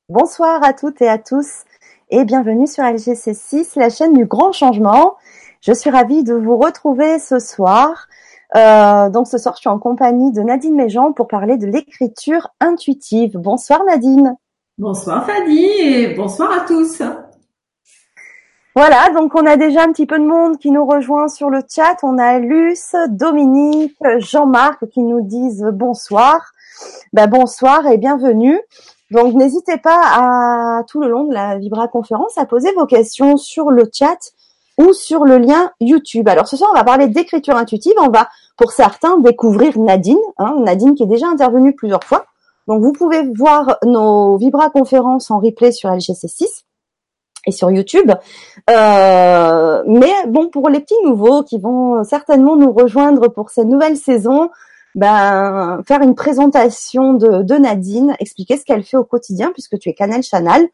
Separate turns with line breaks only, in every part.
Bonsoir à toutes et à tous et bienvenue sur LGC6, la chaîne du grand changement. Je suis ravie de vous retrouver ce soir. Donc ce soir, je suis en compagnie de Nadine Méjean pour parler de l'écriture intuitive. Bonsoir Nadine.
Bonsoir Fanny et bonsoir à tous.
Voilà, donc on a déjà un petit peu de monde qui nous rejoint sur le chat. On a Luce, Dominique, Jean-Marc qui nous disent bonsoir. Bonsoir et bienvenue. Donc n'hésitez pas à tout le long de la Vibra conférence à poser vos questions sur le chat ou sur le lien YouTube. Alors ce soir, on va parler d'écriture intuitive. On va, pour certains, découvrir Nadine, Nadine qui est déjà intervenue plusieurs fois. Donc vous pouvez voir nos Vibra conférences en replay sur LGC6 et sur YouTube. Mais bon, pour les petits nouveaux qui vont certainement nous rejoindre pour cette nouvelle saison, faire une présentation de Nadine, expliquer ce qu'elle fait au quotidien puisque tu es Chanel,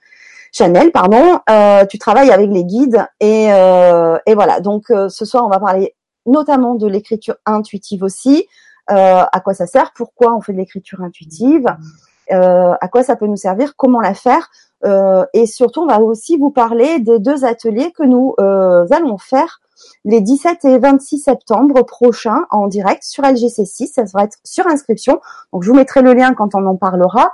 tu travailles avec les guides et voilà. Donc ce soir, on va parler notamment de l'écriture intuitive aussi, à quoi ça sert, pourquoi on fait de l'écriture intuitive, à quoi ça peut nous servir, comment la faire. Et surtout, on va aussi vous parler des 2 ateliers que nous allons faire les 17 et 26 septembre prochains en direct sur LGC6. Ça va être sur inscription. Donc, je vous mettrai le lien quand on en parlera.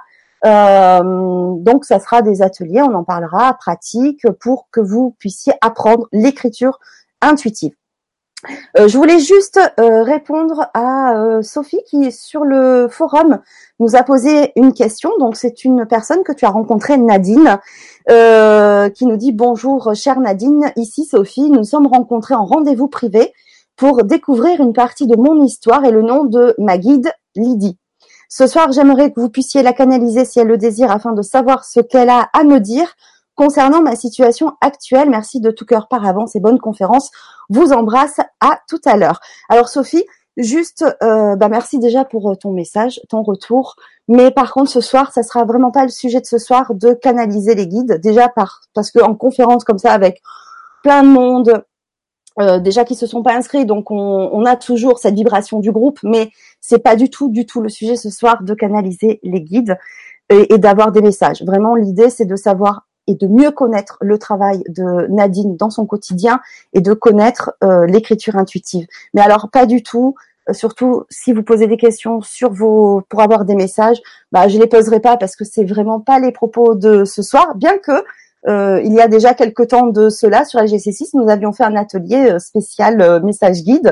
Donc, ça sera des ateliers, on en parlera, pratique, pour que vous puissiez apprendre l'écriture intuitive. Je voulais juste répondre à Sophie qui, sur le forum, nous a posé une question. Donc, c'est une personne que tu as rencontrée, Nadine, qui nous dit « Bonjour, chère Nadine. Ici, Sophie. Nous sommes rencontrés en rendez-vous privé pour découvrir une partie de mon histoire et le nom de ma guide, Lydie. Ce soir, j'aimerais que vous puissiez la canaliser si elle le désire afin de savoir ce qu'elle a à me dire concernant ma situation actuelle. Merci de tout cœur par avance et bonne conférence. Vous embrasse, à tout à l'heure. » Alors Sophie, juste, merci déjà pour ton message, ton retour. Mais par contre, ce soir, ça sera vraiment pas le sujet de ce soir de canaliser les guides. Déjà parce que en conférence comme ça avec plein de monde, déjà qui se sont pas inscrits, donc on a toujours cette vibration du groupe, mais c'est pas du tout le sujet ce soir de canaliser les guides et d'avoir des messages. Vraiment, l'idée c'est de savoir et de mieux connaître le travail de Nadine dans son quotidien et de connaître l'écriture intuitive. Mais alors pas du tout, surtout si vous posez des questions pour avoir des messages, je les poserai pas parce que c'est vraiment pas les propos de ce soir, bien que il y a déjà quelque temps de cela sur la GC6, nous avions fait un atelier spécial message guide.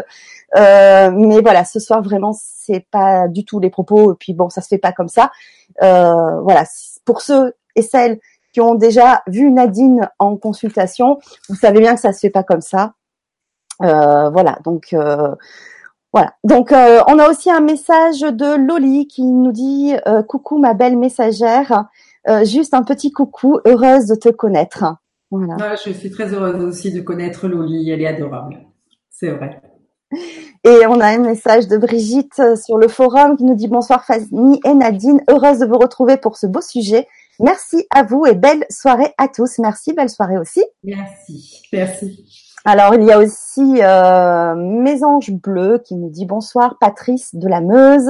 Mais voilà, ce soir vraiment c'est pas du tout les propos et puis bon, ça se fait pas comme ça. Voilà, pour ceux et celles qui ont déjà vu Nadine en consultation, vous savez bien que ça se fait pas comme ça. Voilà, donc voilà. Donc on a aussi un message de Loli qui nous dit coucou ma belle messagère, juste un petit coucou, heureuse de te connaître. Voilà.
Ah, je suis très heureuse aussi de connaître Loli, elle est adorable. C'est vrai.
Et on a un message de Brigitte sur le forum qui nous dit bonsoir Fanny et Nadine, heureuse de vous retrouver pour ce beau sujet. Merci à vous et belle soirée à tous. Merci, belle soirée aussi.
Merci, merci.
Alors, il y a aussi Mésange Bleu qui nous dit bonsoir, Patrice de la Meuse,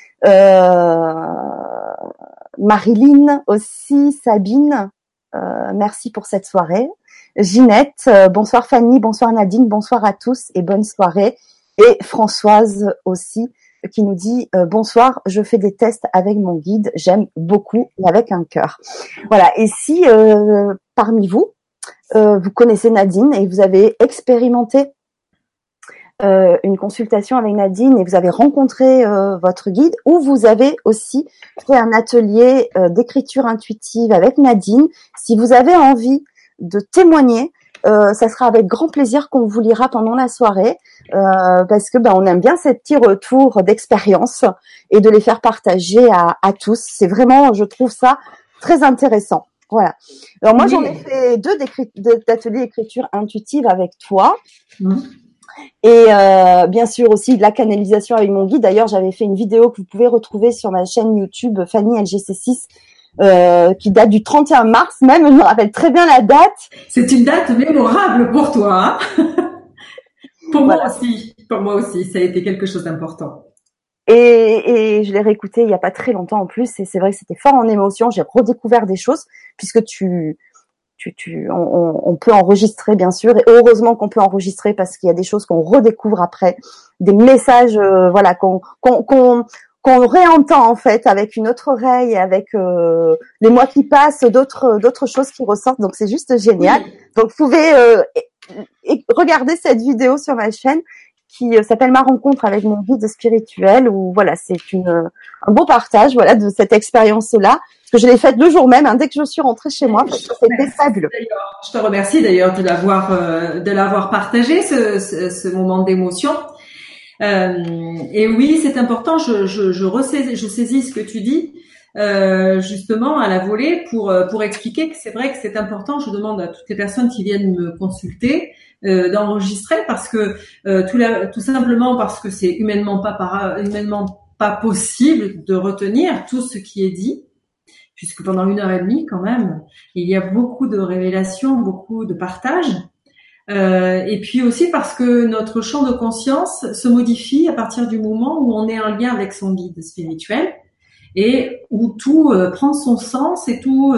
Marilyn aussi, Sabine, merci pour cette soirée. Ginette, bonsoir Fanny, bonsoir Nadine, bonsoir à tous et bonne soirée. Et Françoise aussi qui nous dit bonsoir, je fais des tests avec mon guide, j'aime beaucoup et avec un cœur. Voilà, et si parmi vous, vous connaissez Nadine et vous avez expérimenté une consultation avec Nadine et vous avez rencontré votre guide, ou vous avez aussi fait un atelier d'écriture intuitive avec Nadine, si vous avez envie de témoigner, ça sera avec grand plaisir qu'on vous lira pendant la soirée, parce que on aime bien ces petits retours d'expérience et de les faire partager à tous. C'est vraiment, je trouve ça très intéressant. Voilà. Alors moi, j'en ai fait 2 d'ateliers d'écriture intuitive avec toi. Et bien sûr aussi de la canalisation avec mon guide. D'ailleurs, j'avais fait une vidéo que vous pouvez retrouver sur ma chaîne YouTube Fanny LGC6 qui date du 31 mars même, je me rappelle très bien la date.
C'est une date mémorable pour toi, hein. Pour moi aussi, ça a été quelque chose d'important.
Et je l'ai réécouté il y a pas très longtemps en plus, et c'est vrai que c'était fort en émotion. J'ai redécouvert des choses, puisque on peut enregistrer bien sûr, et heureusement qu'on peut enregistrer parce qu'il y a des choses qu'on redécouvre après, des messages, voilà, qu'on réentend en fait avec une autre oreille, avec les mois qui passent, d'autres choses qui ressortent. Donc c'est juste génial.
Oui.
Donc vous pouvez regarder cette vidéo sur ma chaîne qui s'appelle Ma rencontre avec mon guide spirituel, où voilà, c'est un beau partage, voilà, de cette expérience-là, parce que je l'ai faite le jour même, dès que je suis rentrée chez moi, parce que c'était fabuleux.
Je te remercie d'ailleurs de l'avoir partagé ce moment d'émotion. Et oui, c'est important. Je saisis ce que tu dis justement à la volée pour expliquer que c'est vrai que c'est important. Je demande à toutes les personnes qui viennent me consulter d'enregistrer parce que tout simplement parce que c'est humainement pas possible de retenir tout ce qui est dit, puisque pendant 1 heure et demie quand même, il y a beaucoup de révélations, beaucoup de partages. Et puis aussi parce que notre champ de conscience se modifie à partir du moment où on est en lien avec son guide spirituel et où tout prend son sens et tout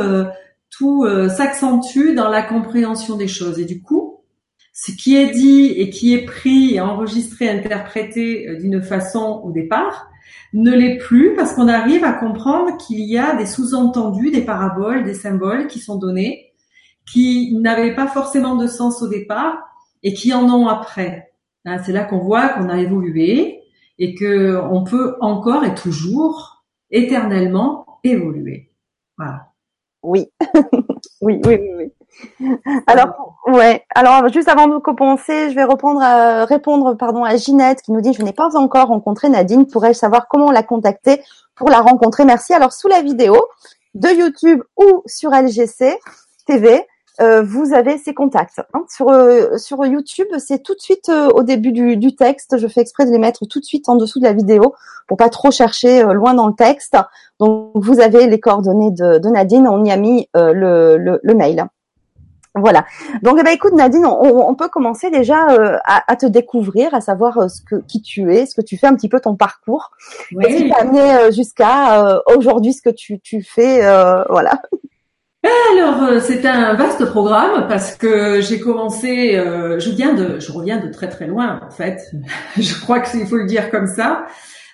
s'accentue dans la compréhension des choses. Et du coup, ce qui est dit et qui est pris, enregistré, interprété d'une façon au départ, ne l'est plus parce qu'on arrive à comprendre qu'il y a des sous-entendus, des paraboles, des symboles qui sont donnés qui n'avaient pas forcément de sens au départ et qui en ont après. C'est là qu'on voit qu'on a évolué et que on peut encore et toujours éternellement évoluer. Voilà.
Oui, oui, oui, oui, oui. Alors, ouais. Alors, juste avant de commencer, je vais répondre, pardon, à Ginette qui nous dit: je n'ai pas encore rencontré Nadine. Pourrais-je savoir comment la contacter pour la rencontrer? Merci. Alors, sous la vidéo de YouTube ou sur LGC TV, vous avez ses contacts. Sur YouTube, c'est tout de suite au début du texte. Je fais exprès de les mettre tout de suite en dessous de la vidéo pour pas trop chercher loin dans le texte. Donc, vous avez les coordonnées de Nadine. On y a mis le mail. Voilà. Donc, écoute, Nadine, on peut commencer déjà à te découvrir, à savoir qui tu es, ce que tu fais, un petit peu ton parcours.
Oui.
Qu'est-ce qui t'a amené jusqu'à aujourd'hui, ce que tu fais, voilà.
Alors, c'est un vaste programme parce que j'ai commencé, je reviens de très très loin en fait. Je crois qu'il faut le dire comme ça.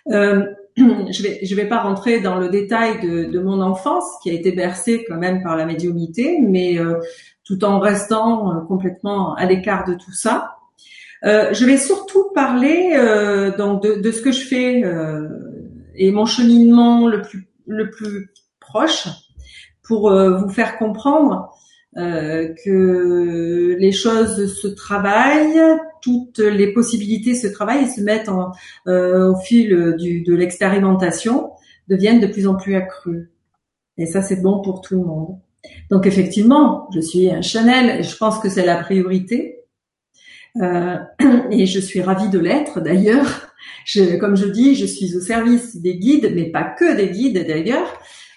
Je vais pas rentrer dans le détail de mon enfance qui a été bercée quand même par la médiumnité, mais tout en restant complètement à l'écart de tout ça. Je vais surtout parler donc de ce que je fais et mon cheminement le plus proche pour vous faire comprendre que les choses se travaillent, toutes les possibilités se travaillent et se mettent au fil de l'expérimentation, deviennent de plus en plus accrues. Et ça, c'est bon pour tout le monde. Donc effectivement, je suis un Chanel et je pense que c'est la priorité. Et je suis ravie de l'être d'ailleurs. Comme je dis, je suis au service des guides, mais pas que des guides d'ailleurs.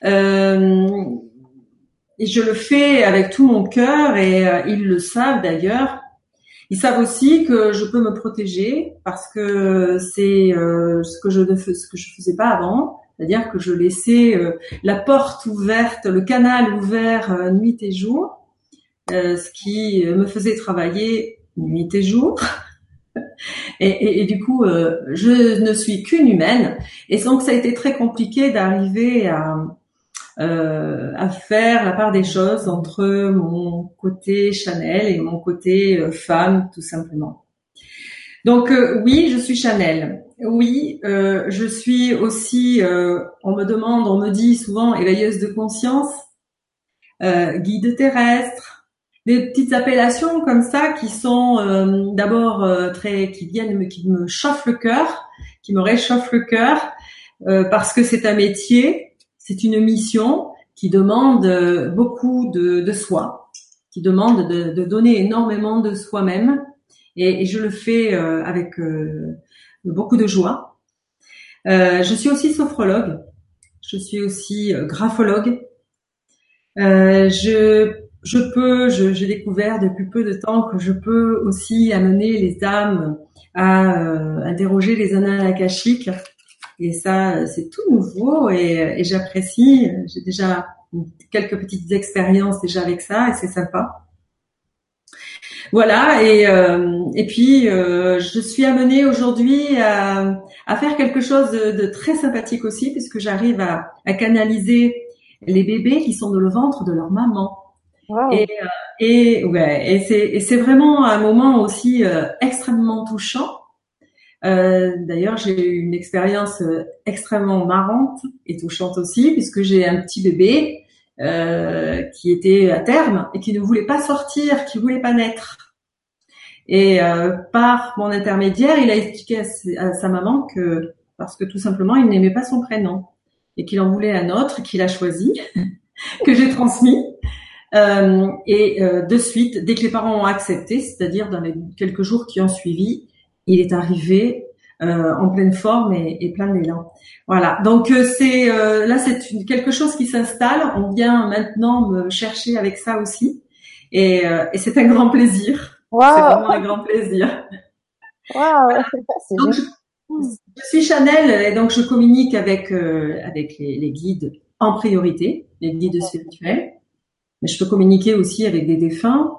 Et je le fais avec tout mon cœur et ils le savent d'ailleurs. Ils savent aussi que je peux me protéger parce que c'est ce que je faisais pas avant, c'est-à-dire que je laissais la porte ouverte, le canal ouvert nuit et jour, ce qui me faisait travailler nuit et jour. Et du coup, je ne suis qu'une humaine, et donc ça a été très compliqué d'arriver à faire la part des choses entre mon côté Chanel et mon côté femme, tout simplement. Donc oui, je suis Chanel. Oui, je suis aussi, on me dit souvent éveilleuse de conscience, guide terrestre, des petites appellations comme ça qui sont d'abord qui me chauffent le cœur, qui me réchauffent le cœur, parce que c'est un métier. C'est une mission qui demande beaucoup de soi, qui demande de donner énormément de soi-même, et je le fais avec beaucoup de joie. Je suis aussi sophrologue, je suis aussi graphologue. J'ai découvert depuis peu de temps que je peux aussi amener les âmes à interroger les annales akashiques. Et ça, c'est tout nouveau et j'apprécie. J'ai déjà quelques petites expériences déjà avec ça et c'est sympa. Voilà, et puis je suis amenée aujourd'hui à faire quelque chose de très sympathique aussi, puisque j'arrive à canaliser les bébés qui sont dans le ventre de leur maman. Et,
Wow.
ouais, et c'est vraiment un moment aussi extrêmement touchant. D'ailleurs, j'ai eu une expérience extrêmement marrante et touchante aussi, puisque j'ai un petit bébé qui était à terme et qui ne voulait pas sortir, qui voulait pas naître. Et par mon intermédiaire, il a expliqué à sa maman que parce que tout simplement, il n'aimait pas son prénom et qu'il en voulait un autre qu'il a choisi, que j'ai transmis. De suite, dès que les parents ont accepté, c'est-à-dire dans les quelques jours qui ont suivi, il est arrivé en pleine forme et plein d'élan. Voilà. Donc c'est là, c'est quelque chose qui s'installe. On vient maintenant me chercher avec ça aussi, et c'est un grand plaisir. C'est
Wow.
vraiment un grand plaisir.
Wow. C'est
Donc
génial.
je suis Chanel et donc je communique avec les guides en priorité, les guides spirituels. Mais je peux communiquer aussi avec des défunts.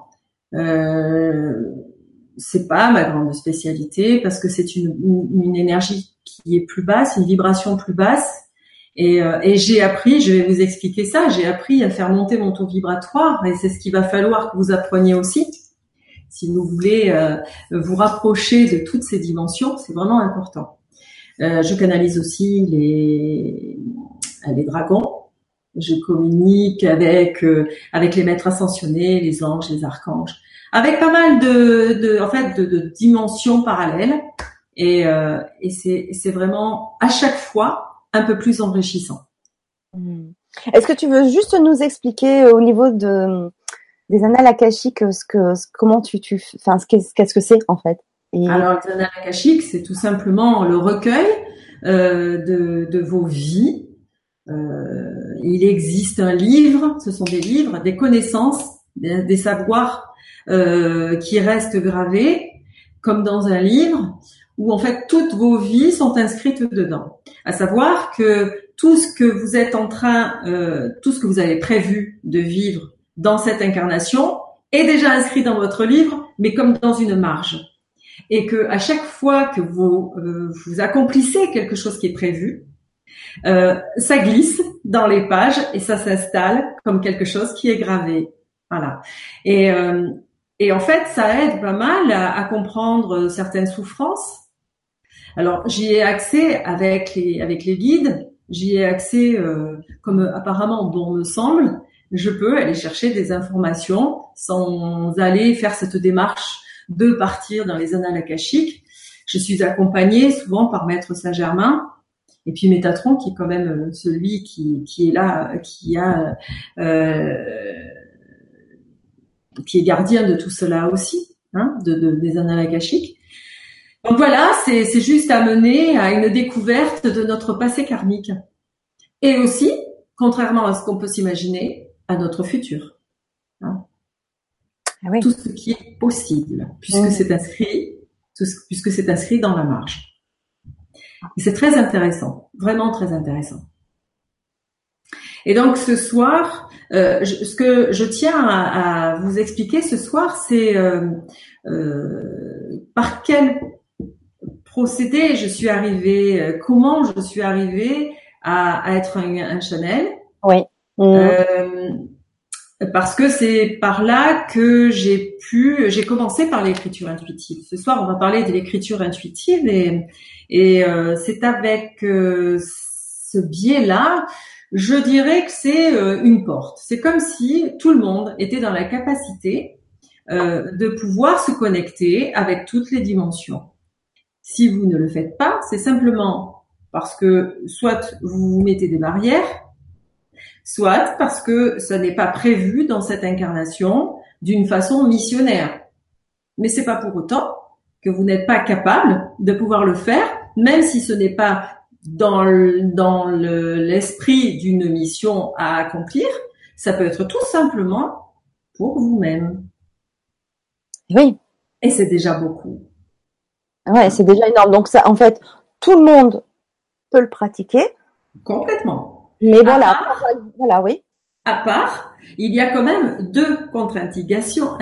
Euh, c'est pas ma grande spécialité parce que c'est une énergie qui est plus basse, une vibration plus basse. Et j'ai appris, je vais vous expliquer ça, j'ai appris à faire monter mon taux vibratoire et c'est ce qu'il va falloir que vous appreniez aussi. Si vous voulez vous rapprocher de toutes ces dimensions, c'est vraiment important. Je canalise aussi les dragons. Je communique avec les maîtres ascensionnés, les anges, les archanges, avec pas mal de dimensions parallèles. Et c'est vraiment à chaque fois un peu plus enrichissant.
Hmm. Est-ce que tu veux juste nous expliquer au niveau des annales akashiques comment enfin qu'est-ce que c'est en fait? Et
Alors, les annales akashiques, c'est tout simplement le recueil de vos vies. Il existe un livre, ce sont des livres, des connaissances, des savoirs qui restent gravés comme dans un livre où en fait toutes vos vies sont inscrites dedans. À savoir que tout ce que vous êtes tout ce que vous avez prévu de vivre dans cette incarnation est déjà inscrit dans votre livre, mais comme dans une marge. Et que à chaque fois que vous accomplissez quelque chose qui est prévu, ça glisse dans les pages et ça s'installe comme quelque chose qui est gravé. Voilà. Et, euh, et en fait, ça aide pas mal à comprendre certaines souffrances. Alors, j'y ai accès avec les guides. J'y ai accès comme apparemment bon me semble. Je peux aller chercher des informations sans aller faire cette démarche de partir dans les annales akashiques. Je suis accompagnée souvent par Maître Saint-Germain et puis Métatron qui est quand même celui qui est là, qui est gardien de tout cela aussi, hein, des annales akashiques. Donc voilà, c'est juste amener à une découverte de notre passé karmique et aussi, contrairement à ce qu'on peut s'imaginer, à notre futur. Hein.
ah oui.
Tout ce qui est possible, puisque
Hmm.
c'est inscrit dans la marge. Et c'est très intéressant, vraiment très intéressant. Et donc ce soir, ce que je tiens à vous expliquer ce soir, c'est par quel procédé je suis arrivée, comment je suis arrivée à être un Chanel.
Oui. Hmm.
Parce que c'est par là que j'ai commencé par l'écriture intuitive. Ce soir, on va parler de l'écriture intuitive et c'est avec ce biais-là, je dirais que c'est une porte. C'est comme si tout le monde était dans la capacité de pouvoir se connecter avec toutes les dimensions. Si vous ne le faites pas, c'est simplement parce que soit vous vous mettez des barrières, soit parce que ça n'est pas prévu dans cette incarnation d'une façon missionnaire. Mais c'est pas pour autant que vous n'êtes pas capable de pouvoir le faire, même si ce n'est pas dans l'esprit d'une mission à accomplir. Ça peut être tout simplement pour vous-même.
Oui.
Et c'est déjà beaucoup.
Ouais, c'est déjà énorme. Donc ça, en fait, tout le monde peut le pratiquer.
Complètement.
Mais voilà, oui.
À part, il y a quand même deux contre-indications.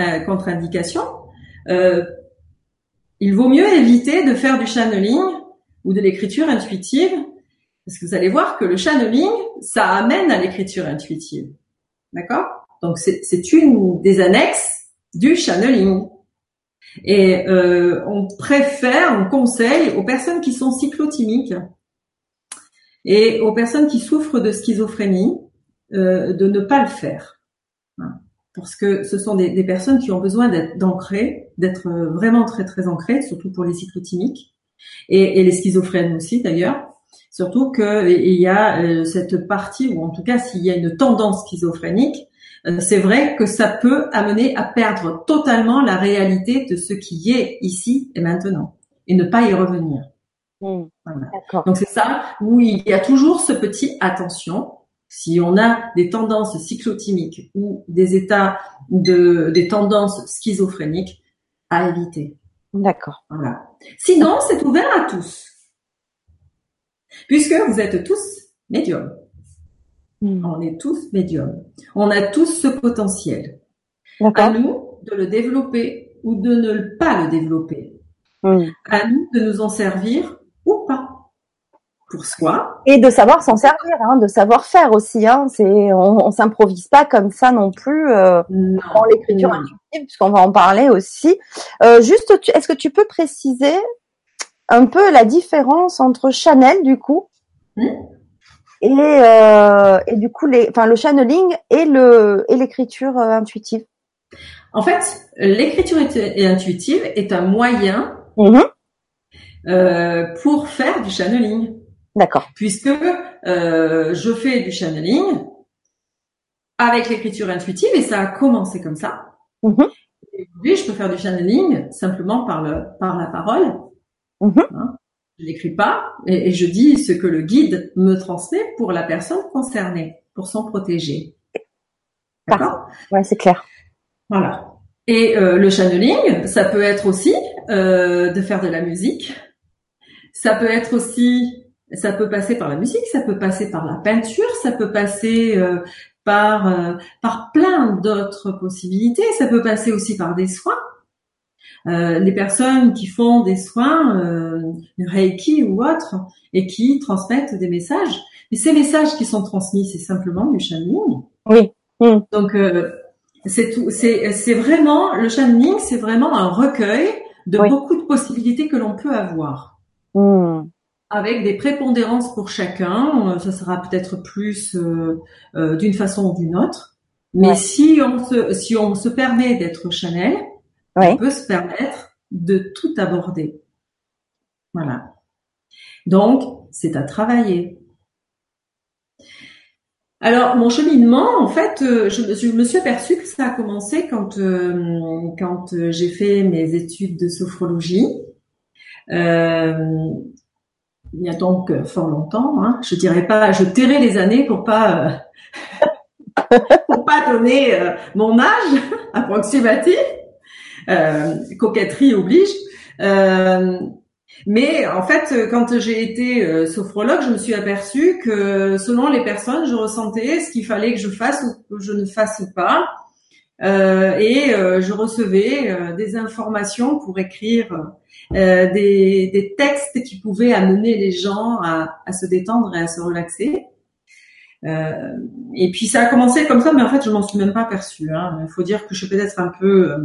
Il vaut mieux éviter de faire du channeling ou de l'écriture intuitive, parce que vous allez voir que le channeling, ça amène à l'écriture intuitive. D'accord? Donc c'est une des annexes du channeling. Et on conseille aux personnes qui sont cyclotimiques et aux personnes qui souffrent de schizophrénie de ne pas le faire. Parce que ce sont des personnes qui ont besoin d'être vraiment très très ancrées, surtout pour les cyclotimiques et les schizophrènes aussi d'ailleurs. Surtout que il y a cette partie, ou en tout cas s'il y a une tendance schizophrénique, c'est vrai que ça peut amener à perdre totalement la réalité de ce qui est ici et maintenant et ne pas y revenir. Voilà. Donc c'est ça où il y a toujours ce petit attention. Si on a des tendances cyclotimiques ou des tendances schizophréniques, à éviter.
D'accord.
Voilà. Sinon, c'est ouvert à tous. Puisque vous êtes tous médiums. On est tous médiums. On a tous ce potentiel. À nous de le développer ou de ne pas le développer. À nous de nous en servir ou pas. Pour soi.
Et de savoir s'en servir, de savoir faire aussi. On s'improvise pas comme ça non plus dans l'écriture intuitive, puisqu'on va en parler aussi. Est-ce que tu peux préciser un peu la différence entre channel du coup et du coup le channeling et l'écriture intuitive?
En fait, l'écriture intuitive est un moyen pour faire du channeling.
D'accord.
Puisque je fais du channeling avec l'écriture intuitive et ça a commencé comme ça. Et aujourd'hui, je peux faire du channeling simplement par la parole. Je n'écris pas et je dis ce que le guide me transmet pour la personne concernée, pour son protégé. D'accord ?
Ouais, c'est clair.
Voilà. Et le channeling, ça peut être aussi de faire de la musique. Ça peut être aussi ça peut passer par la musique, ça peut passer par la peinture, ça peut passer par plein d'autres possibilités. Ça peut passer aussi par des soins. Les personnes qui font des soins, Reiki ou autres, et qui transmettent des messages. Et ces messages qui sont transmis, c'est simplement du channeling.
Oui.
Donc c'est tout. C'est vraiment le channeling, c'est vraiment un recueil de beaucoup de possibilités que l'on peut avoir. Avec des prépondérances pour chacun, ça sera peut-être plus d'une façon ou d'une autre. Mais si on se permet d'être channel, on peut se permettre de tout aborder. Voilà. Donc, c'est à travailler. Alors, mon cheminement, en fait, je me suis aperçue que ça a commencé quand j'ai fait mes études de sophrologie. Il y a donc fort longtemps, je dirais pas, je tairai les années pour pas donner mon âge approximatif, coquetterie oblige. Mais en fait, quand j'ai été sophrologue, je me suis aperçue que selon les personnes, je ressentais ce qu'il fallait que je fasse ou que je ne fasse pas. Je recevais des informations pour écrire des textes qui pouvaient amener les gens à se détendre et à se relaxer. Et puis ça a commencé comme ça, mais en fait je m'en suis même pas aperçue. Il faut dire que je suis peut-être un peu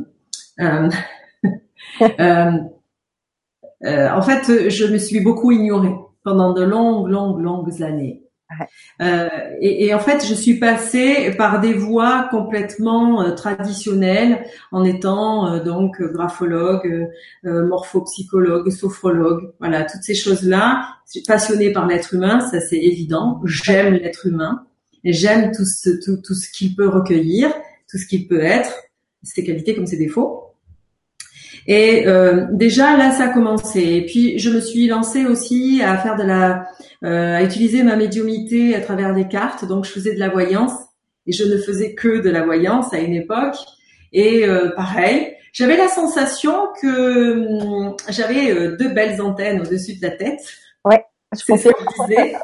en fait, je me suis beaucoup ignorée pendant de longues années. Et en fait, je suis passée par des voies complètement traditionnelles en étant donc graphologue, morphopsychologue, sophrologue. Voilà, toutes ces choses-là. Je suis passionnée par l'être humain, ça c'est évident. J'aime l'être humain et j'aime tout ce qu'il peut recueillir, tout ce qu'il peut être, ses qualités comme ses défauts. Et déjà là, ça a commencé. Et puis je me suis lancée aussi à faire à utiliser ma médiumnité à travers des cartes. Donc je faisais de la voyance et je ne faisais que de la voyance à une époque. Et pareil, j'avais la sensation que j'avais deux belles antennes au-dessus de la tête.
Ouais. Je
C'est ce
confirme.
que je disais.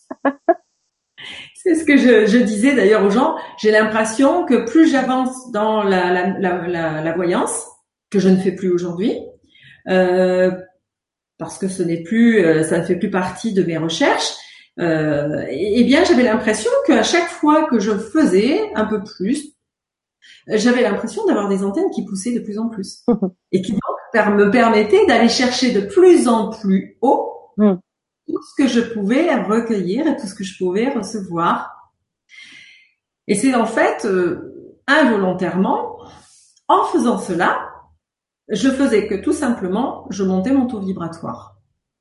C'est ce que je disais d'ailleurs aux gens. J'ai l'impression que plus j'avance dans la voyance, que je ne fais plus aujourd'hui, euh, parce que ce n'est plus, ça ne fait plus partie de mes recherches. Eh bien, j'avais l'impression qu'à chaque fois que je faisais un peu plus, j'avais l'impression d'avoir des antennes qui poussaient de plus en plus et qui donc me permettaient d'aller chercher de plus en plus haut
Mm.
tout ce que je pouvais recueillir et tout ce que je pouvais recevoir. Et c'est en fait involontairement, en faisant cela, je faisais que tout simplement, je montais mon taux vibratoire.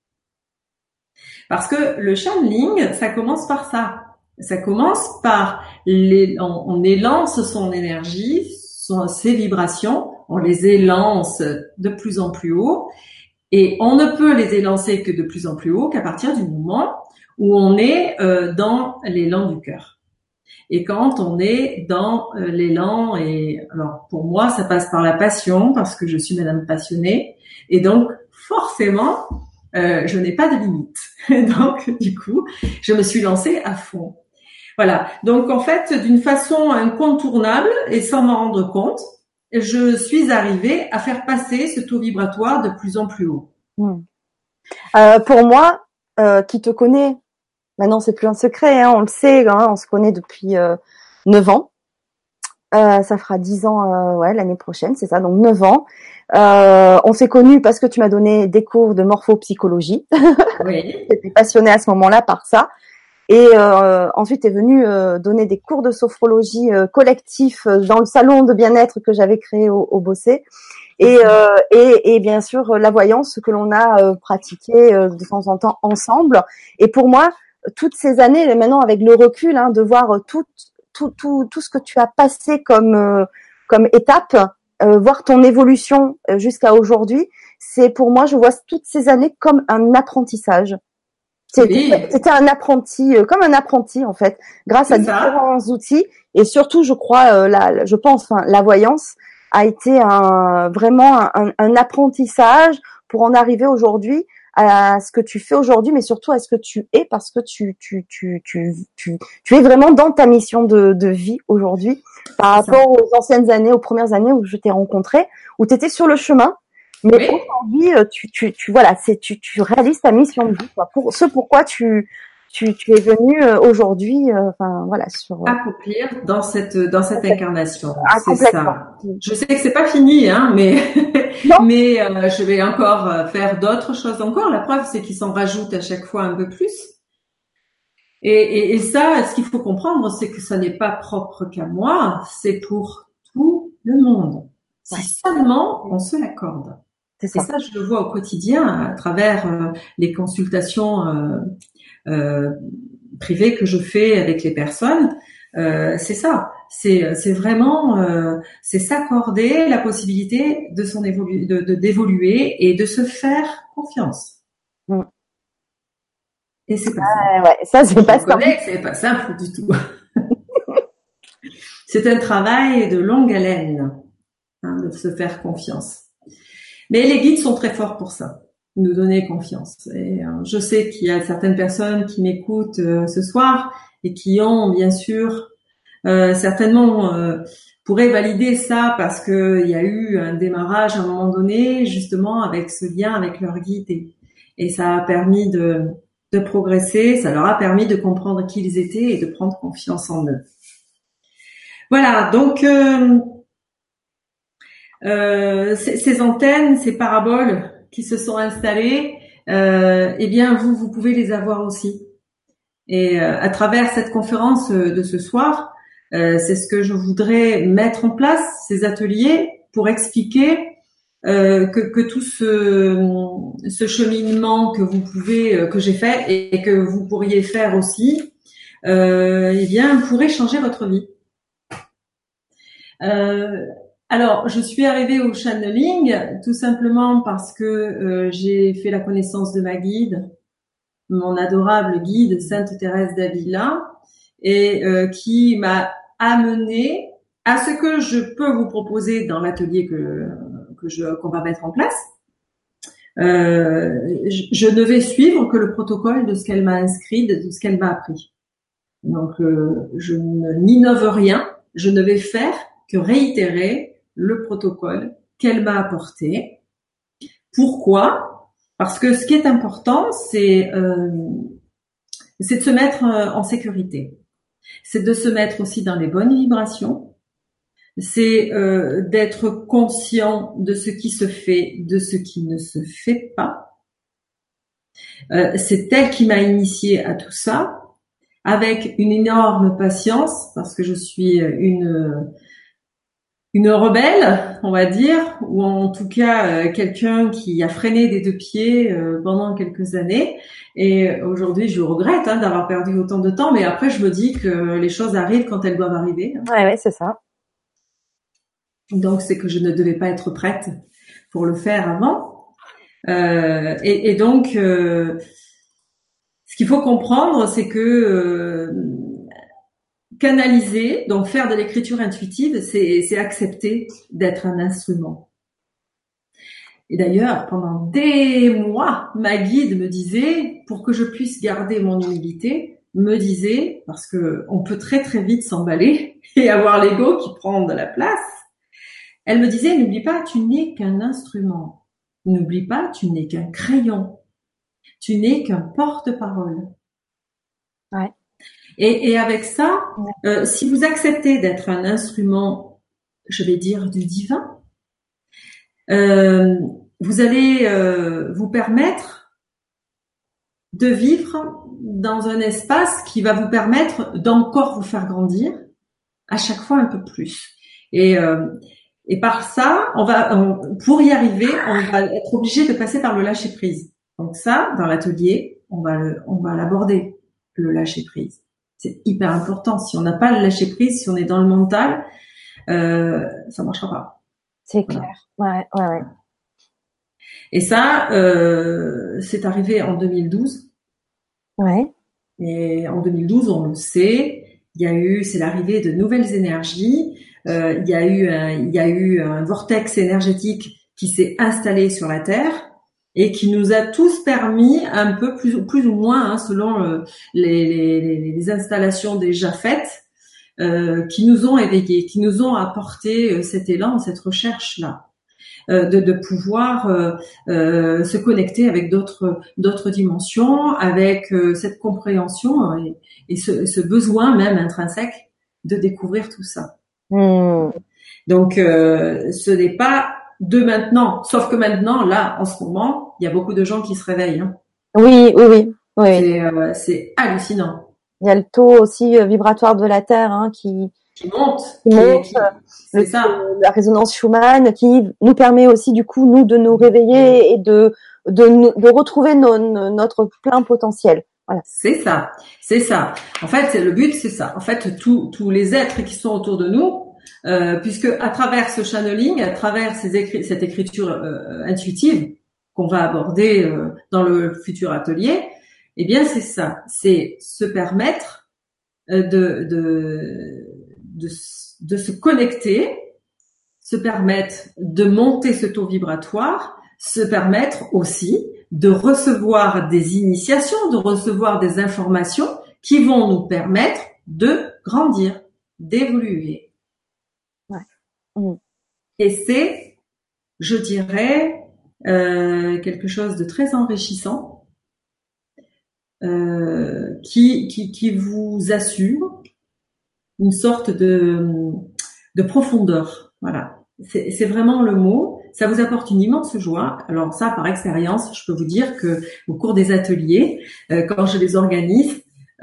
Parce que le channeling, ça commence par ça. Ça commence par on élance son énergie, ses vibrations, on les élance de plus en plus haut, et on ne peut les élancer que de plus en plus haut qu'à partir du moment où on est dans l'élan du cœur. Et quand on est dans l'élan, et alors pour moi ça passe par la passion parce que je suis madame passionnée, et donc forcément je n'ai pas de limite. Donc du coup je me suis lancée à fond. Voilà. Donc en fait d'une façon incontournable et sans m'en rendre compte, je suis arrivée à faire passer ce taux vibratoire de plus en plus haut.
Mm. Pour moi, qui te connais, maintenant c'est plus un secret, hein, on le sait, hein, on se connaît depuis 9 ans. Ça fera 10 ans ouais, l'année prochaine, c'est ça, donc 9 ans. On s'est connus parce que tu m'as donné des cours de morphopsychologie.
Oui.
J'étais passionnée à ce moment-là par ça. Et ensuite est venu donner des cours de sophrologie collectif dans le salon de bien-être que j'avais créé au Bossé. Et bien sûr la voyance que l'on a pratiqué de temps en temps ensemble. Et pour moi, toutes ces années, maintenant avec le recul, hein, de voir tout ce que tu as passé comme étape, voir ton évolution jusqu'à aujourd'hui, c'est pour moi, je vois toutes ces années comme un apprentissage. C'était un apprenti, comme un apprenti en fait, grâce à différents outils et surtout, je crois, je pense, la voyance a été vraiment un apprentissage pour en arriver aujourd'hui à ce que tu fais aujourd'hui, mais surtout à ce que tu es, parce que tu es vraiment dans ta mission de vie aujourd'hui par rapport aux anciennes années, aux premières années où je t'ai rencontré, où tu étais sur le chemin. Mais aujourd'hui, voilà, tu réalises ta mission de vie, quoi. Pour ce pourquoi tu es venu aujourd'hui, enfin voilà,
accomplir dans cette incarnation. C'est
complètement.
ça. Je sais que c'est pas fini, hein, mais
Non.
mais je vais encore faire d'autres choses encore. La preuve, c'est qu'ils s'en rajoutent à chaque fois un peu plus. Et ça, ce qu'il faut comprendre, c'est que ça n'est pas propre qu'à moi, c'est pour tout le monde. Si seulement on se l'accorde.
C'est ça.
Et ça, je le vois au quotidien à travers les consultations privées que je fais avec les personnes. C'est ça. C'est vraiment c'est s'accorder la possibilité de d'évoluer et de se faire confiance.
Mm.
Et c'est pas simple.
Ouais, ça c'est pas simple.
C'est pas simple du tout. C'est un travail de longue haleine, hein, de se faire confiance. Mais les guides sont très forts pour ça, nous donner confiance. Et je sais qu'il y a certaines personnes qui m'écoutent ce soir et qui ont bien sûr certainement pourraient valider ça parce que il y a eu un démarrage à un moment donné justement avec ce lien avec leur guide et ça a permis de progresser, ça leur a permis de comprendre qui ils étaient et de prendre confiance en eux. Voilà, donc ces antennes, ces paraboles qui se sont installées, eh bien vous pouvez les avoir aussi. Et à travers cette conférence de ce soir, c'est ce que je voudrais mettre en place, ces ateliers, pour expliquer que tout ce cheminement que vous pouvez, que j'ai fait et que vous pourriez faire aussi, eh bien pourrait changer votre vie. Alors, je suis arrivée au channeling tout simplement parce que j'ai fait la connaissance de ma guide, mon adorable guide Sainte Thérèse d'Avila, et qui m'a amenée à ce que je peux vous proposer dans l'atelier qu'on va mettre en place. Je ne vais suivre que le protocole de ce qu'elle m'a inscrit, de ce qu'elle m'a appris. Donc, je n'innove rien. Je ne vais faire que réitérer le protocole qu'elle m'a apporté. Pourquoi? Parce que ce qui est important, c'est de se mettre en sécurité. C'est de se mettre aussi dans les bonnes vibrations. C'est d'être conscient de ce qui se fait, de ce qui ne se fait pas. C'est elle qui m'a initié à tout ça, avec une énorme patience, parce que je suis une rebelle, on va dire, ou en tout cas quelqu'un qui a freiné des deux pieds pendant quelques années. Et aujourd'hui, je regrette d'avoir perdu autant de temps, mais après, je me dis que les choses arrivent quand elles doivent arriver.
Ouais, c'est ça.
Donc, c'est que je ne devais pas être prête pour le faire avant. Et donc, ce qu'il faut comprendre, c'est que canaliser, donc faire de l'écriture intuitive, c'est accepter d'être un instrument. Et d'ailleurs, pendant des mois, ma guide me disait, pour que je puisse garder mon humilité, me disait, parce que on peut très très vite s'emballer et avoir l'ego qui prend de la place, elle me disait, n'oublie pas, tu n'es qu'un instrument. N'oublie pas, tu n'es qu'un crayon. Tu n'es qu'un porte-parole.
Ouais.
Et avec ça, si vous acceptez d'être un instrument, je vais dire, du divin, vous allez vous permettre de vivre dans un espace qui va vous permettre d'encore vous faire grandir à chaque fois un peu plus. Et par ça, pour y arriver, on va être obligé de passer par le lâcher prise. Donc ça, dans l'atelier, on va l'aborder, le lâcher prise. C'est hyper important. Si on n'a pas le lâcher prise, si on est dans le mental, ça marchera pas.
C'est clair. Ouais.
Et ça, c'est arrivé en 2012.
Ouais.
Et en 2012, on le sait, c'est l'arrivée de nouvelles énergies. Il y a eu un vortex énergétique qui s'est installé sur la Terre et qui nous a tous permis, un peu plus ou moins, selon les installations déjà faites, qui nous ont éveillés, qui nous ont apporté cet élan, cette recherche-là. De pouvoir se connecter avec d'autres dimensions, avec cette compréhension et ce besoin même intrinsèque de découvrir tout ça. Donc ce n'est pas de maintenant, sauf que maintenant, là, en ce moment, il y a beaucoup de gens qui se réveillent.
Oui.
C'est hallucinant.
Il y a le taux aussi vibratoire de la Terre qui monte.
C'est ça.
La résonance Schumann qui nous permet aussi du coup nous de nous réveiller et de retrouver notre plein potentiel. Voilà.
C'est ça. En fait, le but, c'est ça. En fait, tous les êtres qui sont autour de nous, puisque à travers ce channeling, à travers cette écriture intuitive qu'on va aborder dans le futur atelier, eh bien, c'est ça. C'est se permettre de se connecter, se permettre de monter ce taux vibratoire, se permettre aussi de recevoir des initiations, de recevoir des informations qui vont nous permettre de grandir, d'évoluer.
Ouais.
Et c'est, je dirais, quelque chose de très enrichissant qui vous assure une sorte de profondeur. Voilà. C'est vraiment le mot. Ça vous apporte une immense joie. Alors ça, par expérience, je peux vous dire que au cours des ateliers, quand je les organise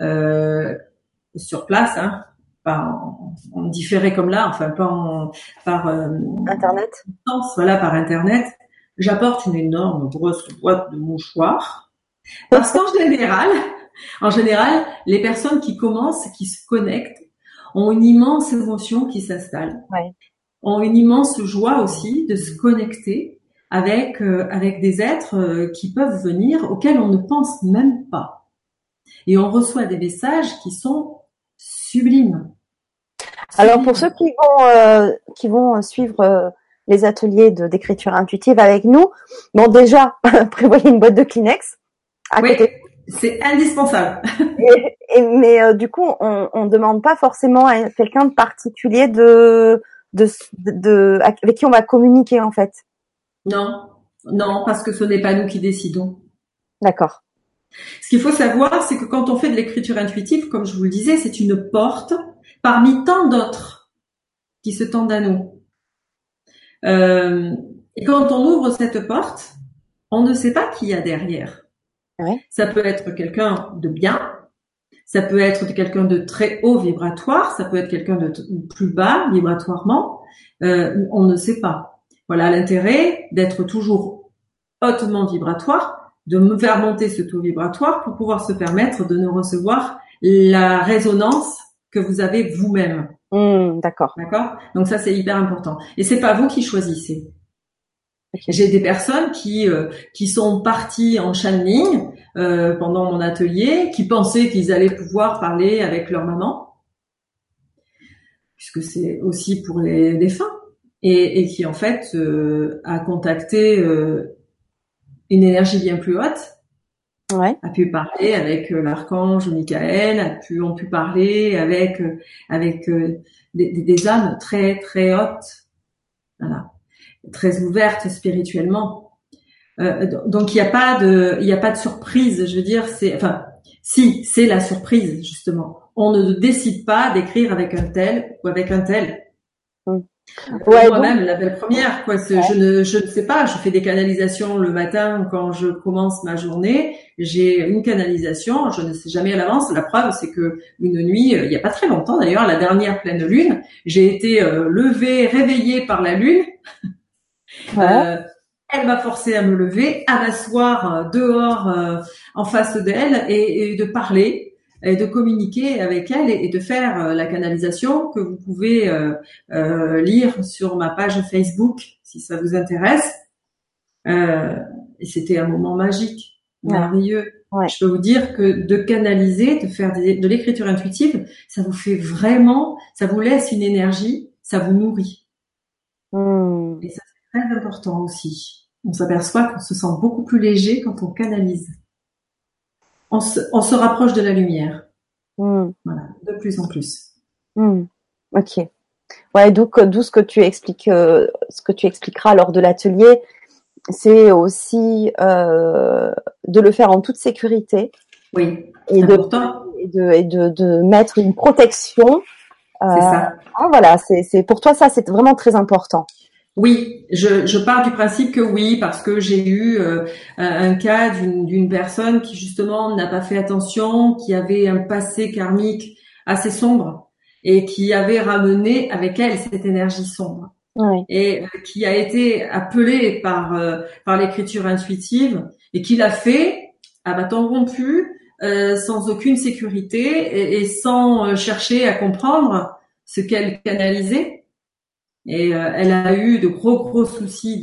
sur place, pas en différé comme là, enfin pas par
Internet.
Voilà, par Internet, j'apporte une énorme grosse boîte de mouchoirs parce en général, les personnes qui commencent, qui se connectent, ont une immense émotion qui s'installe.
Ouais.
Ont une immense joie aussi de se connecter avec des êtres qui peuvent venir, auxquels on ne pense même pas. Et on reçoit des messages qui sont sublimes.
Alors pour ceux qui vont suivre les ateliers d'écriture intuitive avec nous, bon déjà prévoyez une boîte de Kleenex à
Oui,
côté.
c'est indispensable.
Mais du coup, on demande pas forcément à quelqu'un de particulier avec qui on va communiquer en fait.
Non, non, parce que ce n'est pas nous qui décidons.
D'accord.
Ce qu'il faut savoir, c'est que quand on fait de l'écriture intuitive, comme je vous le disais, c'est une porte parmi tant d'autres qui se tendent à nous. Et quand on ouvre cette porte, on ne sait pas qui y a derrière.
Ouais.
Ça peut être quelqu'un de bien, ça peut être quelqu'un de très haut vibratoire, ça peut être quelqu'un de plus bas vibratoirement, on ne sait pas. Voilà l'intérêt d'être toujours hautement vibratoire, de me faire monter ce taux vibratoire pour pouvoir se permettre de ne recevoir la résonance que vous avez vous-même.
D'accord.
D'accord? Donc ça, c'est hyper important. Et c'est pas vous qui choisissez.
Okay.
J'ai des personnes qui sont parties en channeling pendant mon atelier, qui pensaient qu'ils allaient pouvoir parler avec leur maman, puisque c'est aussi pour les défunts, et qui en fait a contacté une énergie bien plus haute,
Ouais.
a pu parler avec l'archange Michael, ont pu parler avec des âmes très très hautes, voilà, très ouvertes spirituellement. Donc il n'y a pas de surprise. Je veux dire, si c'est la surprise justement. On ne décide pas d'écrire avec un tel ou avec un tel.
Ouais,
Moi-même, la belle première, quoi. Je ne sais pas. Je fais des canalisations le matin quand je commence ma journée. J'ai une canalisation. Je ne sais jamais à l'avance. La preuve, c'est que une nuit, il y a pas très longtemps d'ailleurs, la dernière pleine lune, j'ai été réveillée par la lune.
Ouais.
Elle m'a forcé à me lever, à m'asseoir dehors en face d'elle et de parler et de communiquer avec elle et de faire la canalisation que vous pouvez lire sur ma page Facebook si ça vous intéresse. Et c'était un moment magique, merveilleux.
Ouais.
Je peux vous dire que de canaliser, de faire de l'écriture intuitive, ça vous fait vraiment, ça vous laisse une énergie, ça vous nourrit. Et ça, c'est très important aussi. On s'aperçoit qu'on se sent beaucoup plus léger quand on canalise. On se rapproche de la lumière. Voilà, de plus en plus.
Ok. Ouais, d'où ce que tu expliques, ce que tu expliqueras lors de l'atelier, c'est aussi de le faire en toute sécurité.
Oui,
et de mettre une protection.
C'est ça.
Voilà, c'est pour toi ça, c'est vraiment très important.
Oui, je pars du principe que oui, parce que j'ai eu un cas d'une personne qui justement n'a pas fait attention, qui avait un passé karmique assez sombre et qui avait ramené avec elle cette énergie sombre.
Ouais.
Et qui a été appelée par l'écriture intuitive et qui l'a fait à bâton rompu, sans aucune sécurité et sans chercher à comprendre ce qu'elle canalisait. Et elle a eu de gros soucis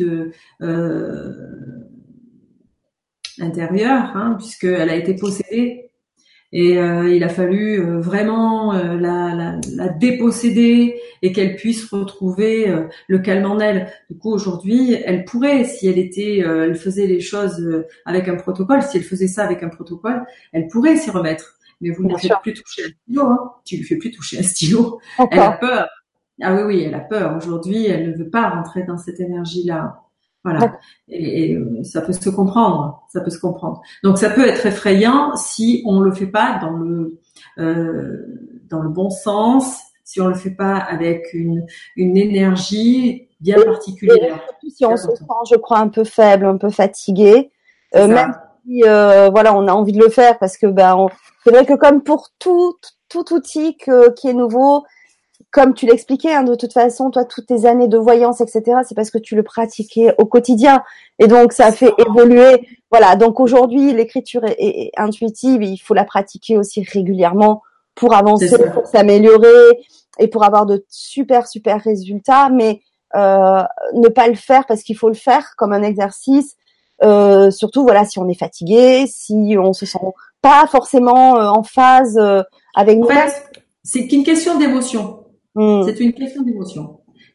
intérieurs, puisqu'elle a été possédée. Et il a fallu vraiment la déposséder et qu'elle puisse retrouver le calme en elle. Du coup, aujourd'hui, elle pourrait, si elle faisait les choses avec un protocole, si elle faisait ça avec un protocole, elle pourrait s'y remettre. Mais vous ne lui faites plus toucher un stylo, Tu lui fais plus toucher un stylo. Elle a peur. Ah oui, elle a peur. Aujourd'hui, elle ne veut pas rentrer dans cette énergie-là. Voilà. Et ça peut se comprendre. Ça peut se comprendre. Donc, ça peut être effrayant si on le fait pas dans le bon sens, si on le fait pas avec une énergie bien particulière.
Et si on se sent, je crois, un peu faible, un peu fatigué, même si voilà, on a envie de le faire parce que c'est vrai que comme pour tout outil qui est nouveau, comme tu l'expliquais, de toute façon, toi, toutes tes années de voyance, etc., c'est parce que tu le pratiquais au quotidien. Et donc, ça fait évoluer. Voilà. Donc, aujourd'hui, l'écriture est intuitive. Il faut la pratiquer aussi régulièrement pour avancer, pour s'améliorer et pour avoir de super résultats. Mais ne pas le faire parce qu'il faut le faire comme un exercice. Surtout, voilà, si on est fatigué, si on se sent pas forcément en phase avec nous-mêmes.
En fait, c'est qu'une question d'émotion. C'est une question d'émotion.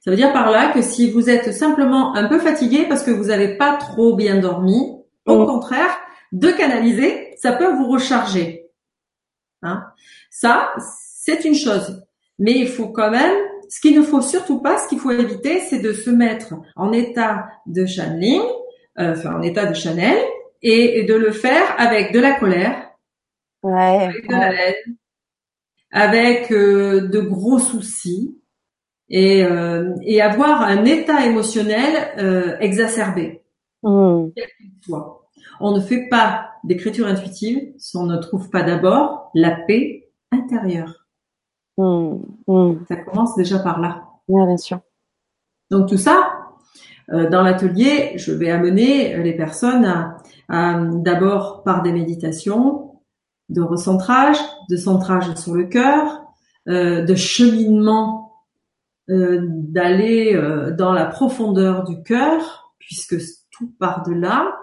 Ça veut dire par là que si vous êtes simplement un peu fatigué parce que vous n'avez pas trop bien dormi, au contraire, de canaliser, ça peut vous recharger. Hein. Ça, c'est une chose. Mais il faut quand même, ce qu'il ne faut surtout pas, ce qu'il faut éviter, c'est de se mettre en état de channeling, en état de channel, et de le faire avec de la colère, avec de la haine, avec de gros soucis, et avoir un état émotionnel exacerbé. Quel qu'il soit. On ne fait pas d'écriture intuitive si on ne trouve pas d'abord la paix intérieure. Ça commence déjà par là.
Oui, bien sûr.
Donc tout ça, dans l'atelier, je vais amener les personnes à d'abord par des méditations, de recentrage, de centrage sur le cœur, de cheminement, d'aller dans la profondeur du cœur, puisque tout part de là,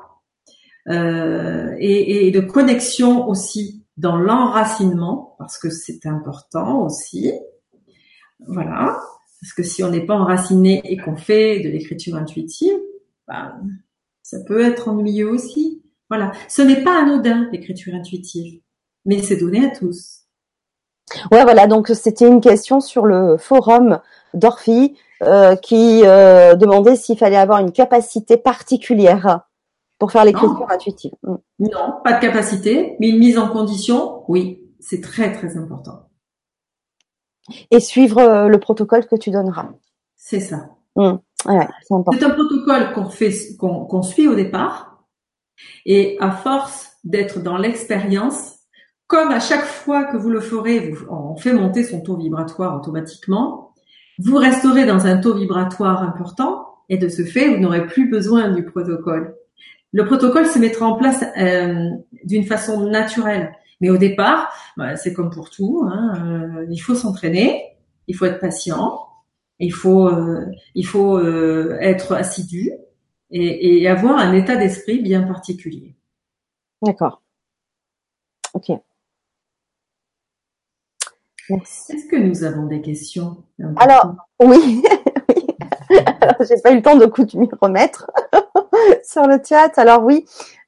et de connexion aussi dans l'enracinement, parce que c'est important aussi. Voilà. Parce que si on n'est pas enraciné et qu'on fait de l'écriture intuitive, ben, ça peut être ennuyeux aussi. Voilà. Ce n'est pas anodin, l'écriture intuitive, mais c'est donné à tous.
Ouais, voilà. Donc, c'était une question sur le forum d'Orphie qui demandait s'il fallait avoir une capacité particulière pour faire l'écriture intuitive.
Non, pas de capacité, mais une mise en condition, oui, c'est très très important.
Et suivre le protocole que tu donneras.
C'est ça.
Ouais, c'est important.
C'est un protocole qu'on suit au départ, et à force d'être dans l'expérience, comme à chaque fois que vous le ferez, on fait monter son taux vibratoire automatiquement, vous resterez dans un taux vibratoire important, et de ce fait, vous n'aurez plus besoin du protocole. Le protocole se mettra en place d'une façon naturelle. Mais au départ, c'est comme pour tout, hein, il faut s'entraîner, il faut être patient, il faut être assidu et avoir un état d'esprit bien particulier.
D'accord. Ok.
Merci. Est-ce que nous avons des questions?
Alors, oui. J'ai pas eu le temps de m'y remettre sur le chat. Alors oui,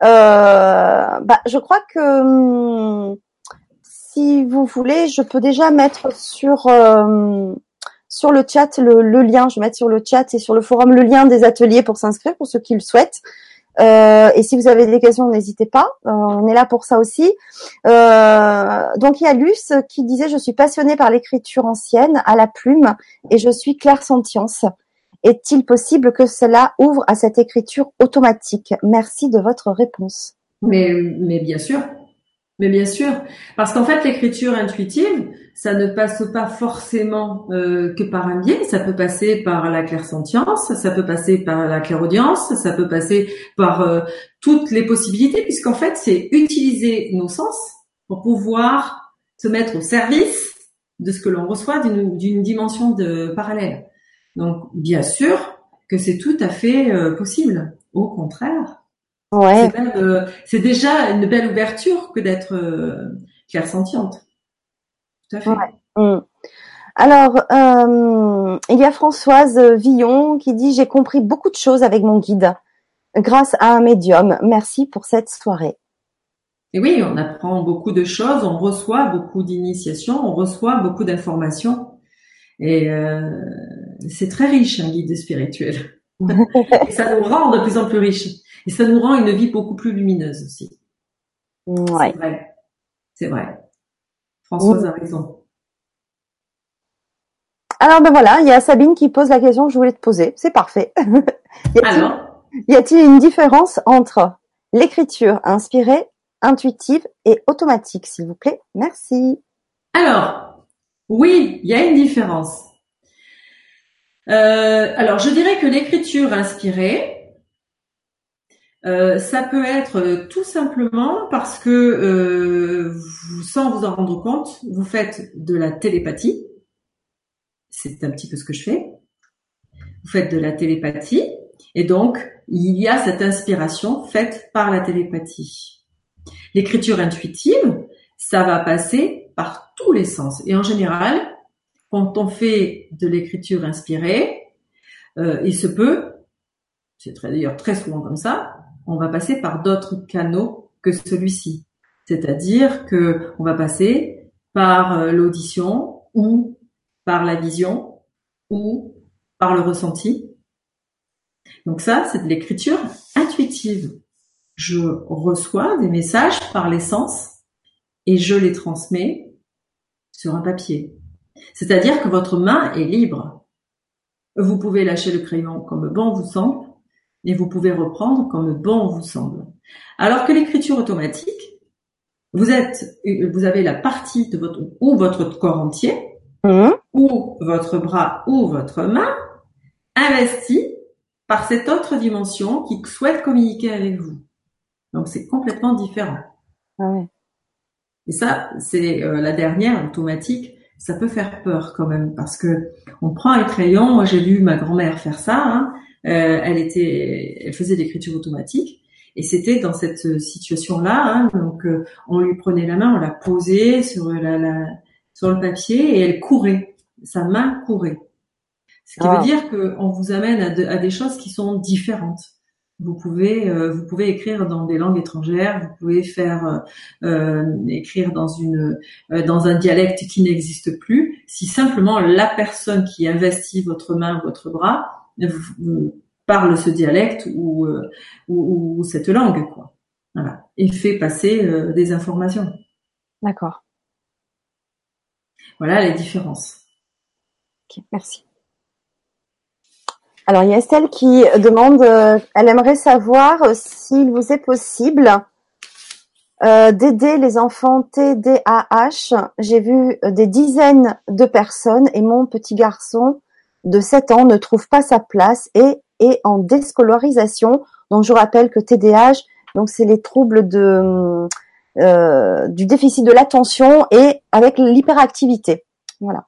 je crois que si vous voulez, je peux déjà mettre sur le chat le lien. Je vais mettre sur le chat et sur le forum le lien des ateliers pour s'inscrire pour ceux qui le souhaitent. Et si vous avez des questions, n'hésitez pas. On est là pour ça aussi. Donc il y a Luce qui disait: je suis passionnée par l'écriture ancienne à la plume et je suis clairsentience. Est-il possible que cela ouvre à cette écriture automatique? Merci de votre réponse.
Mais bien sûr. Mais bien sûr, parce qu'en fait, l'écriture intuitive, ça ne passe pas forcément que par un biais. Ça peut passer par la clairsentience, ça peut passer par la clairaudience, ça peut passer par toutes les possibilités, puisqu'en fait, c'est utiliser nos sens pour pouvoir se mettre au service de ce que l'on reçoit d'une dimension de parallèle. Donc, bien sûr que c'est tout à fait possible. Au contraire.
Ouais.
C'est déjà une belle ouverture que d'être clairsentiente. Tout à fait.
Ouais. Alors, il y a Françoise Villon qui dit: j'ai compris beaucoup de choses avec mon guide grâce à un médium. Merci pour cette soirée.
Et oui, on apprend beaucoup de choses, on reçoit beaucoup d'initiations, on reçoit beaucoup d'informations. Et c'est très riche, un guide spirituel. Et ça nous rend de plus en plus riches. Et ça nous rend une vie beaucoup plus lumineuse aussi.
Ouais.
C'est vrai. C'est vrai. Françoise a raison.
Alors voilà, il y a Sabine qui pose la question que je voulais te poser. C'est parfait. Y a-t-il une différence entre l'écriture inspirée, intuitive et automatique, s'il vous plaît? Merci.
Alors, oui, il y a une différence. Alors, je dirais que l'écriture inspirée, ça peut être tout simplement parce que sans vous en rendre compte, vous faites de la télépathie. C'est un petit peu ce que je fais. Vous faites de la télépathie et donc il y a cette inspiration faite par la télépathie. L'écriture intuitive, ça va passer par tous les sens. Et en général, quand on fait de l'écriture inspirée, Il se peut, c'est d'ailleurs très souvent comme ça, on va passer par d'autres canaux que celui-ci. C'est-à-dire que on va passer par l'audition ou par la vision ou par le ressenti. Donc ça, c'est de l'écriture intuitive. Je reçois des messages par les sens et je les transmets sur un papier. C'est-à-dire que votre main est libre. Vous pouvez lâcher le crayon comme bon vous semble et vous pouvez reprendre comme bon vous semble. Alors que l'écriture automatique, vous avez la partie de votre corps entier, ou votre bras ou votre main investi par cette autre dimension qui souhaite communiquer avec vous. Donc c'est complètement différent.
Ah ouais.
Et ça, c'est la dernière, automatique. Ça peut faire peur quand même parce que on prend un crayon. Moi, j'ai vu ma grand-mère faire ça. Hein. Elle faisait de l'écriture automatique et c'était dans cette situation-là. Hein. Donc, on lui prenait la main, on la posait sur sur le papier et elle courait. Sa main courait. Ce qui veut dire qu'on vous amène à des choses qui sont différentes. Vous pouvez écrire dans des langues étrangères, vous pouvez écrire dans un dialecte qui n'existe plus. Si simplement la personne qui investit votre main, votre bras, parle ce dialecte ou cette langue, quoi. Voilà, et fait passer des informations.
D'accord.
Voilà les différences.
Ok, merci. Alors, il y a Estelle qui demande, elle aimerait savoir s'il vous est possible d'aider les enfants TDAH. J'ai vu des dizaines de personnes et mon petit garçon de 7 ans ne trouve pas sa place et est en déscolarisation. Donc, je rappelle que TDAH, donc c'est les troubles du déficit de l'attention et avec l'hyperactivité. Voilà.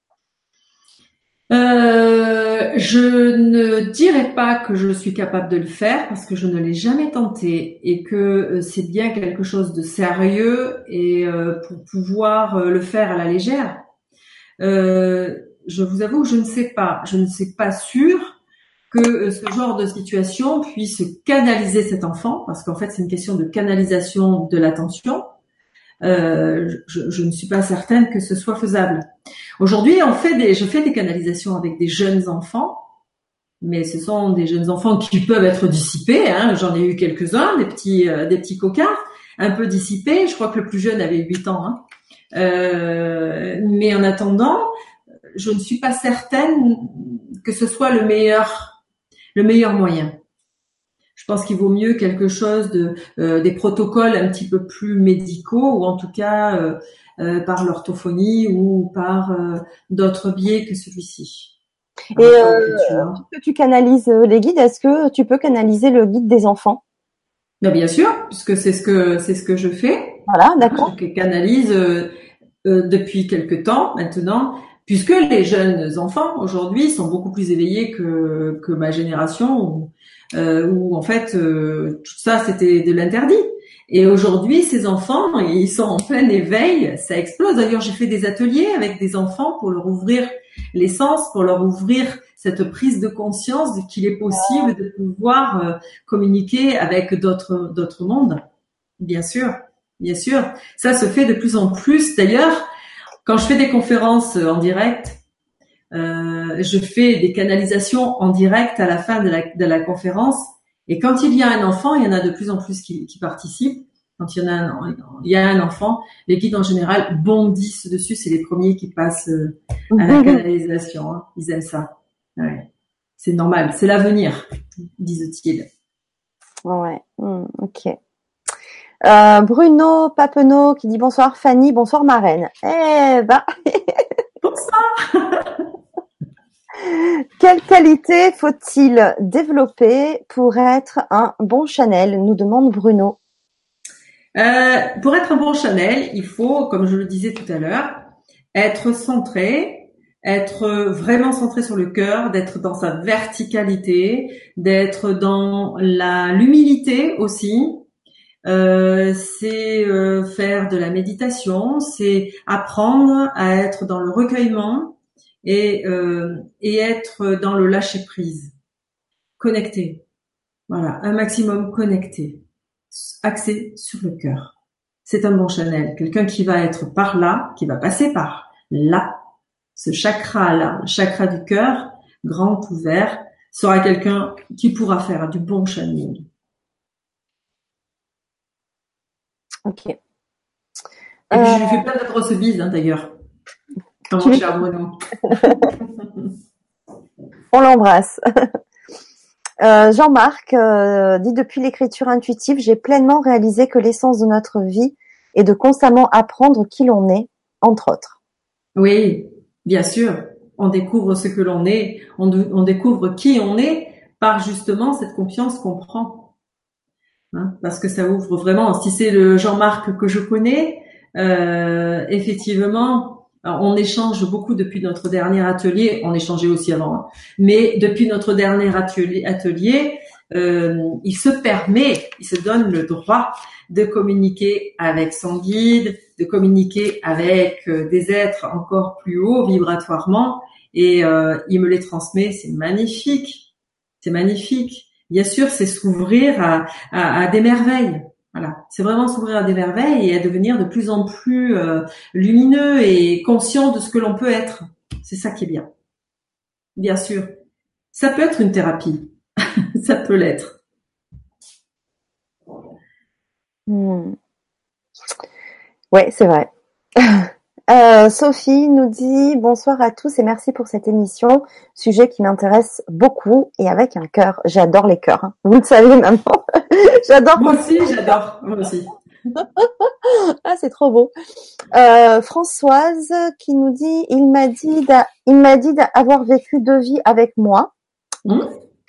Je ne dirais pas que je suis capable de le faire parce que je ne l'ai jamais tenté et que c'est bien quelque chose de sérieux et pour pouvoir le faire à la légère. Je vous avoue que je ne sais pas. Je ne suis pas sûre que ce genre de situation puisse canaliser cet enfant parce qu'en fait c'est une question de canalisation de l'attention. Je ne suis pas certaine que ce soit faisable. Aujourd'hui, je fais des canalisations avec des jeunes enfants, mais ce sont des jeunes enfants qui peuvent être dissipés. Hein. J'en ai eu quelques-uns, des petits coquins, un peu dissipés. Je crois que le plus jeune avait 8 ans. Hein. Mais en attendant, je ne suis pas certaine que ce soit le meilleur moyen. Je pense qu'il vaut mieux quelque chose des protocoles un petit peu plus médicaux ou en tout cas par l'orthophonie ou par d'autres biais que celui-ci.
Et puisque tu canalises les guides, est-ce que tu peux canaliser le guide des enfants?
Bien sûr, puisque c'est ce que je fais.
Voilà, d'accord.
Je canalise depuis quelque temps maintenant, puisque les jeunes enfants aujourd'hui sont beaucoup plus éveillés que ma génération où en fait tout ça c'était de l'interdit. Et aujourd'hui, ces enfants, ils sont en plein éveil, ça explose. D'ailleurs, j'ai fait des ateliers avec des enfants pour leur ouvrir les sens, pour leur ouvrir cette prise de conscience qu'il est possible de pouvoir communiquer avec d'autres mondes. Bien sûr, bien sûr. Ça se fait de plus en plus. D'ailleurs, quand je fais des conférences en direct, je fais des canalisations en direct à la fin de la conférence. Et quand il y a un enfant, il y en a de plus en plus qui participent. Quand il y a un enfant, les guides en général bondissent dessus. C'est les premiers qui passent à la canalisation. Hein. Ils aiment ça. Ouais. C'est normal. C'est l'avenir, disent-ils.
Ouais. Ok. Bruno Papeneau qui dit bonsoir Fanny, bonsoir Marraine. Eh ben.
Bonsoir.
Quelle qualité faut-il développer pour être un bon Chanel, nous demande Bruno.
Pour être un bon Chanel, il faut, comme je le disais tout à l'heure, être centré, être vraiment centré sur le cœur, d'être dans sa verticalité, d'être dans l'humilité aussi. C'est faire de la méditation, c'est apprendre à être dans le recueillement et être dans le lâcher prise, connecté. Voilà, un maximum connecté, axé sur le cœur. C'est un bon channel, quelqu'un qui va être par là, qui va passer par là, ce chakra-là, le chakra du cœur, grand ouvert, sera quelqu'un qui pourra faire du bon channeling.
Ok.
Et puis je lui fais plein de grosses bises, d'ailleurs. Mon cher Bruno.
On l'embrasse. Jean-Marc dit: depuis l'écriture intuitive, j'ai pleinement réalisé que l'essence de notre vie est de constamment apprendre qui l'on est, entre autres.
Oui, bien sûr. On découvre ce que l'on est, on découvre qui on est par justement cette confiance qu'on prend. Hein, parce que ça ouvre vraiment. Si c'est le Jean-Marc que je connais, effectivement, on échange beaucoup depuis notre dernier atelier. On échangeait aussi avant, hein, mais depuis notre dernier atelier, il se donne le droit de communiquer avec son guide, de communiquer avec des êtres encore plus hauts vibratoirement, et il me les transmet. C'est magnifique, c'est magnifique. Bien sûr, c'est s'ouvrir à des merveilles. Voilà, c'est vraiment s'ouvrir à des merveilles et à devenir de plus en plus lumineux et conscient de ce que l'on peut être. C'est ça qui est bien. Bien sûr, ça peut être une thérapie. Ça peut l'être.
Ouais, c'est vrai. Sophie nous dit: bonsoir à tous et merci pour cette émission, sujet qui m'intéresse beaucoup et avec un cœur. J'adore les cœurs, hein. Vous le savez maintenant. J'adore.
Moi aussi, j'adore. Moi aussi.
Ah, c'est trop beau. Françoise qui nous dit: il m'a dit d'avoir vécu 2 vies avec moi. Nous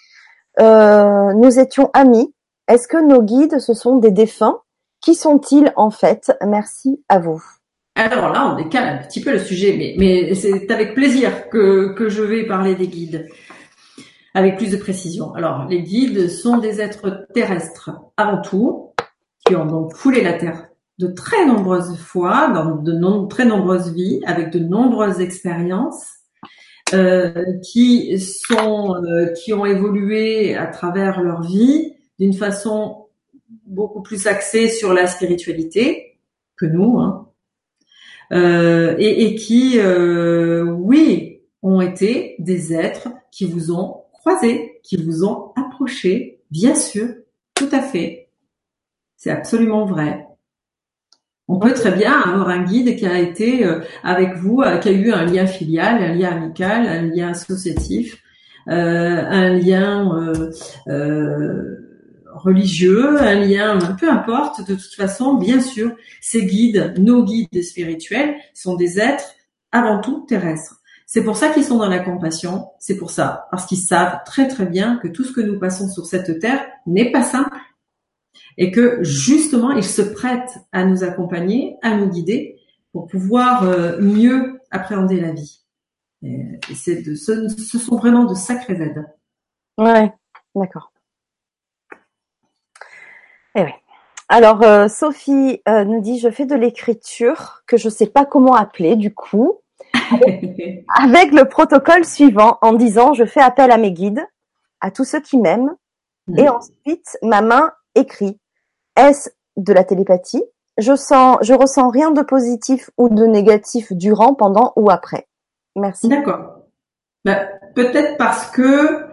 étions amis. Est-ce que nos guides, ce sont des défunts? Qui sont-ils en fait? Merci à vous.
Alors là, on décale un petit peu le sujet, mais c'est avec plaisir que je vais parler des guides avec plus de précision. Alors, les guides sont des êtres terrestres avant tout, qui ont donc foulé la Terre de très nombreuses fois, dans très nombreuses vies, avec de nombreuses expériences, qui ont évolué à travers leur vie d'une façon beaucoup plus axée sur la spiritualité que nous, hein. Et qui, oui, ont été des êtres qui vous ont croisé, qui vous ont approché, bien sûr, tout à fait. C'est absolument vrai. On peut très bien avoir un guide qui a été avec vous, qui a eu un lien filial, un lien amical, un lien associatif, un lien religieux, un lien, peu importe, de toute façon, bien sûr, ces guides, nos guides spirituels, sont des êtres avant tout terrestres. C'est pour ça qu'ils sont dans la compassion, c'est pour ça, parce qu'ils savent très très bien que tout ce que nous passons sur cette terre n'est pas simple, et que justement, ils se prêtent à nous accompagner, à nous guider, pour pouvoir mieux appréhender la vie. Et ce sont vraiment de sacrées aides.
Ouais, d'accord. Eh oui. Alors, Sophie nous dit: je fais de l'écriture que je sais pas comment appeler du coup, avec le protocole suivant, en disant: je fais appel à mes guides, à tous ceux qui m'aiment, et ensuite ma main écrit. Est-ce de la télépathie? Je ressens rien de positif ou de négatif durant, pendant ou après. Merci.
D'accord. Bah, peut-être parce que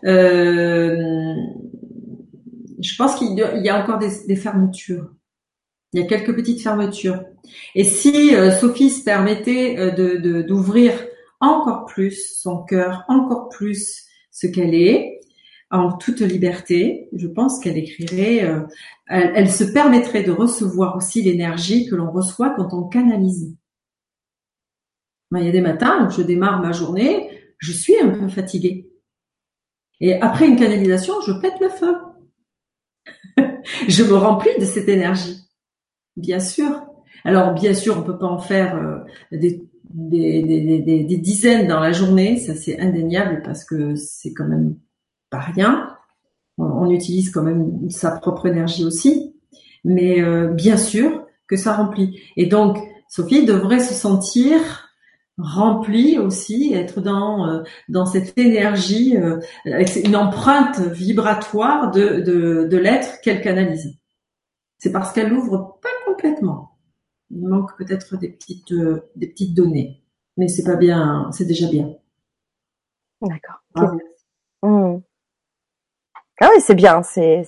je pense qu'il y a encore des fermetures. Il y a quelques petites fermetures. Et si Sophie se permettait d'ouvrir encore plus son cœur, encore plus ce qu'elle est, en toute liberté, je pense qu'elle écrirait, elle se permettrait de recevoir aussi l'énergie que l'on reçoit quand on canalise. Il y a des matins où je démarre ma journée, je suis un peu fatiguée. Et après une canalisation, je pète le feu. Je me remplis de cette énergie. Bien sûr. Alors, bien sûr, on peut pas en faire des dizaines dans la journée. Ça, c'est indéniable parce que c'est quand même pas rien. On utilise quand même sa propre énergie aussi. Mais bien sûr que ça remplit. Et donc, Sophie devrait se sentir rempli aussi, être dans cette énergie, avec une empreinte vibratoire de l'être qu'elle canalise. C'est parce qu'elle l'ouvre pas complètement. Il manque peut-être des petites données, mais c'est pas bien, c'est déjà bien.
D'accord.
Ah,
Ah oui, c'est bien,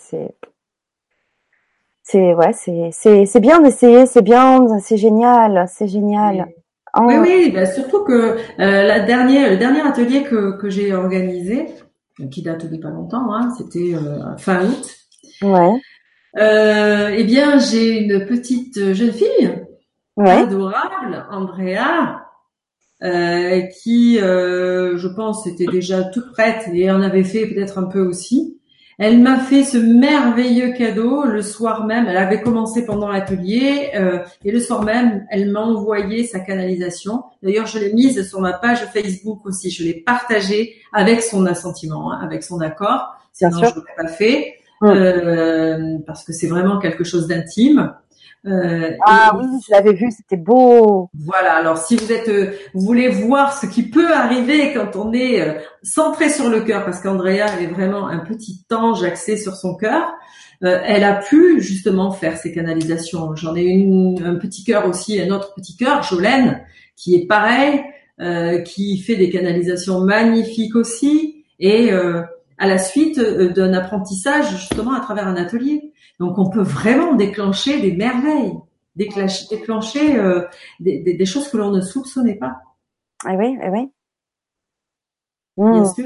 ouais, c'est bien d'essayer, c'est bien, c'est génial, c'est génial.
oui. Oui,
Oh,
oui, bah surtout que le dernier atelier que j'ai organisé, qui date de pas longtemps, hein, c'était fin août.
ouais,
Eh bien, j'ai une petite jeune fille
ouais,
adorable, Andrea, qui, je pense, était déjà toute prête et en avait fait peut-être un peu aussi. Elle m'a fait ce merveilleux cadeau le soir même. Elle avait commencé pendant l'atelier et le soir même, elle m'a envoyé sa canalisation. D'ailleurs, je l'ai mise sur ma page Facebook aussi. Je l'ai partagée avec son assentiment, hein, avec son accord.
bien
Sinon,
sûr.
je l'aurais pas fait
Mm.
parce que c'est vraiment quelque chose d'intime.
Ah
Et
oui, je l'avais vu, c'était beau.
voilà. Alors, si vous voulez voir ce qui peut arriver quand on est centré sur le cœur, parce qu'Andrea est vraiment un petit ange axé sur son cœur, elle a pu justement faire ces canalisations. J'en ai un petit cœur aussi, un autre petit cœur, Jolène, qui est pareil, qui fait des canalisations magnifiques aussi, et à la suite d'un apprentissage justement à travers un atelier. Donc, on peut vraiment déclencher des merveilles, déclencher des choses que l'on ne soupçonnait pas,
Eh oui, eh oui.
bien
Mm.
sûr.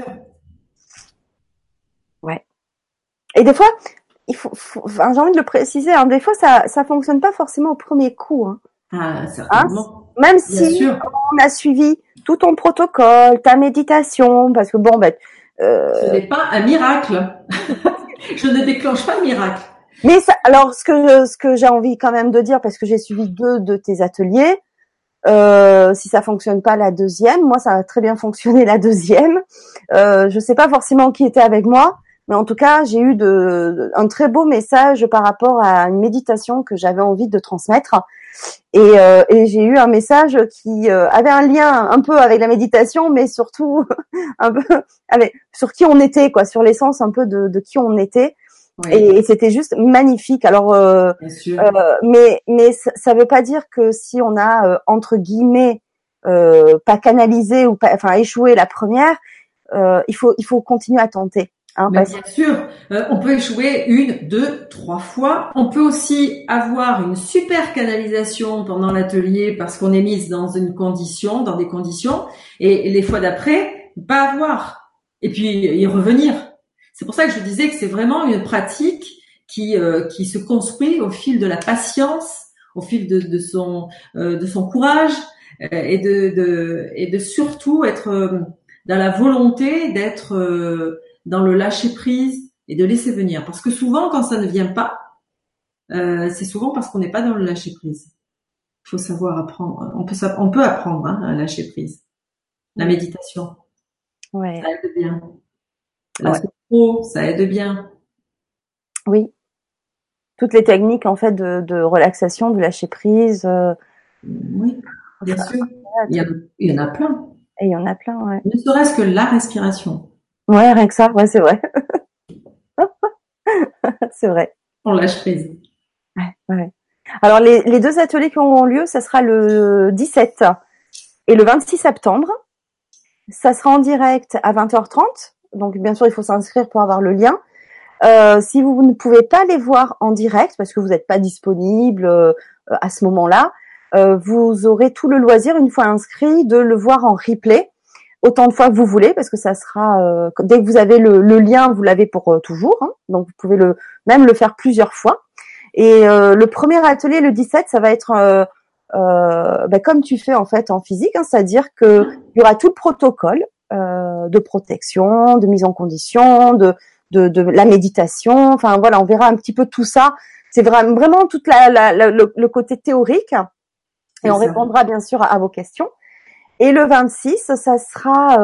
Ouais. Et des fois, enfin, j'ai envie de le préciser, hein, des fois, ça fonctionne pas forcément au premier coup, hein.
Ah,
Hein,
certainement.
même
Bien
si
sûr.
on a suivi tout ton protocole, ta méditation, parce que bon, ben,
Ce
euh,
n'est pas un miracle. Je ne déclenche pas le miracle.
mais ça, alors ce que j'ai envie quand même de dire, parce que j'ai suivi 2 de tes ateliers, si ça fonctionne pas la deuxième, moi ça a très bien fonctionné la deuxième. Je sais pas forcément qui était avec moi, mais en tout cas j'ai eu un très beau message par rapport à une méditation que j'avais envie de transmettre. Et j'ai eu un message qui avait un lien un peu avec la méditation, mais surtout un peu sur qui on était, quoi, sur l'essence un peu de qui on était.
Oui,
Et c'était juste magnifique. Alors,
bien sûr.
mais ça veut pas dire que si on a entre guillemets pas canalisé ou pas, enfin échoué la première, il faut continuer à tenter, hein,
Mais
parce
bien sûr, on peut échouer une, deux, trois fois. On peut aussi avoir une super canalisation pendant l'atelier parce qu'on est mise dans une condition, dans des conditions, et les fois d'après, pas avoir. Et puis y revenir. C'est pour ça que je disais que c'est vraiment une pratique qui se construit au fil de la patience, au fil de son courage et de surtout être dans la volonté d'être dans le lâcher prise et de laisser venir. Parce que souvent, quand ça ne vient pas, c'est souvent parce qu'on n'est pas dans le lâcher prise. Il faut savoir apprendre. On peut apprendre hein, à lâcher prise. La méditation, ça
ouais,
aide bien. La
ouais,
sophro, ça aide bien.
oui, toutes les techniques en fait de relaxation, de lâcher prise.
Oui, bien
Enfin,
sûr.
ouais,
Il y en a plein.
et il y en a plein, ouais.
Ne serait-ce que la respiration.
Ouais, rien que ça, ouais, c'est vrai, c'est vrai.
On lâche prise.
Ouais, ouais. Alors les 2 ateliers qui auront lieu, ça sera le 17 et le 26 septembre. Ça sera en direct à 20h30. Donc bien sûr, il faut s'inscrire pour avoir le lien. Si vous ne pouvez pas les voir en direct parce que vous n'êtes pas disponible à ce moment-là, vous aurez tout le loisir, une fois inscrit, de le voir en replay autant de fois que vous voulez, parce que ça sera dès que vous avez le lien, vous l'avez pour toujours. Hein, donc vous pouvez même le faire plusieurs fois. Et le premier atelier, le 17, ça va être comme tu fais en fait en physique, hein, c'est-à-dire que il y aura tout le protocole de protection, de mise en condition, de la méditation. Enfin voilà, on verra un petit peu tout ça. C'est vraiment toute le côté théorique, et
C'est
on
ça.
répondra bien sûr à vos questions. Et le 26, ça sera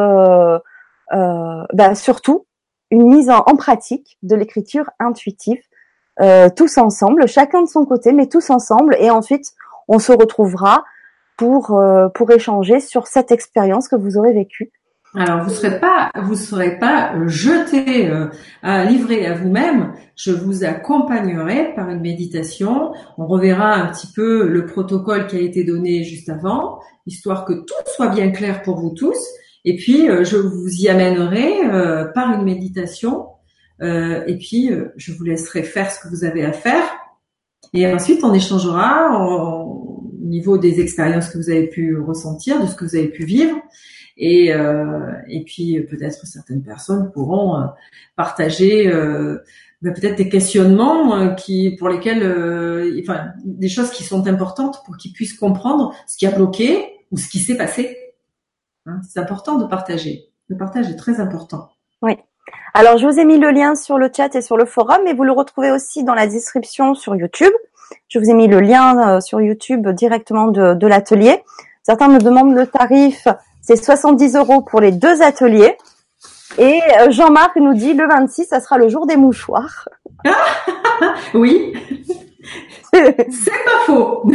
surtout une mise en pratique de l'écriture intuitive, tous ensemble, chacun de son côté, mais tous ensemble. Et ensuite, on se retrouvera pour échanger sur cette expérience que vous aurez vécue.
Alors, vous serez pas jeté à livrer à vous-même. Je vous accompagnerai par une méditation. On reverra un petit peu le protocole qui a été donné juste avant, histoire que tout soit bien clair pour vous tous. Et puis, je vous y amènerai par une méditation. Et puis, je vous laisserai faire ce que vous avez à faire. Et ensuite, on échangera au niveau des expériences que vous avez pu ressentir, de ce que vous avez pu vivre. Et puis peut-être certaines personnes pourront partager peut-être des questionnements pour lesquels enfin des choses qui sont importantes pour qu'ils puissent comprendre ce qui a bloqué ou ce qui s'est passé. Hein, c'est important de partager. Le partage est très important.
Oui. Alors je vous ai mis le lien sur le chat et sur le forum, mais vous le retrouvez aussi dans la description sur YouTube. Je vous ai mis le lien sur YouTube directement de l'atelier. Certains me demandent le tarif. C'est 70 € pour les 2 ateliers. Et Jean-Marc nous dit le 26, ça sera le jour des mouchoirs.
Oui, c'est pas faux.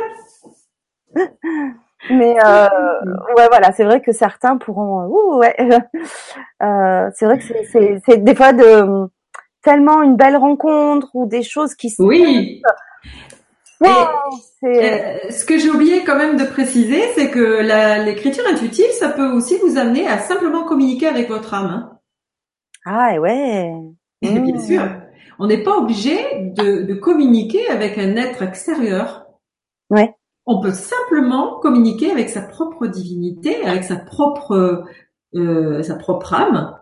Mais ouais, voilà, c'est vrai que certains pourront. Ouais, c'est vrai que c'est des fois tellement une belle rencontre ou des choses qui se.
Oui.
Wow,
ce que j'ai oublié quand même de préciser, c'est que l'écriture intuitive, ça peut aussi vous amener à simplement communiquer avec votre âme. Hein.
Ah ouais.
Bien sûr. On n'est pas obligé de communiquer avec un être extérieur.
Ouais.
On peut simplement communiquer avec sa propre divinité, avec sa propre âme.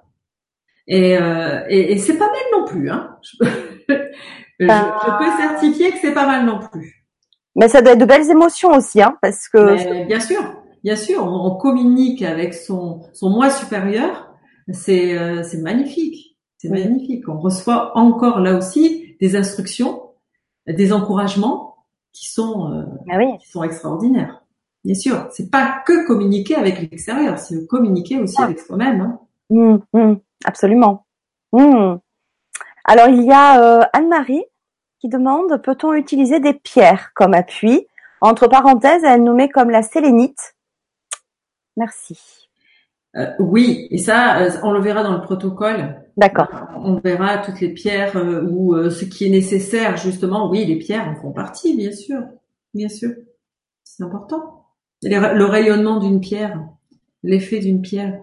Et c'est pas mal non plus. Hein. Je peux certifier que c'est pas mal non plus.
Mais ça doit être de belles émotions aussi, hein, parce que.
Mais bien sûr, on communique avec son moi supérieur. C'est magnifique, c'est magnifique. On reçoit encore là aussi des instructions, des encouragements qui sont extraordinaires. Bien sûr, c'est pas que communiquer avec l'extérieur, c'est communiquer aussi avec soi-même. Hein.
Absolument. Alors il y a Anne-Marie qui demande, peut-on utiliser des pierres comme appui? Entre parenthèses, elle nous met comme la sélénite. Merci.
Oui, et ça, on le verra dans le protocole.
D'accord.
On verra toutes les pierres ou ce qui est nécessaire, justement. Oui, les pierres en font partie, bien sûr. Bien sûr. C'est important. Le rayonnement d'une pierre, l'effet d'une pierre.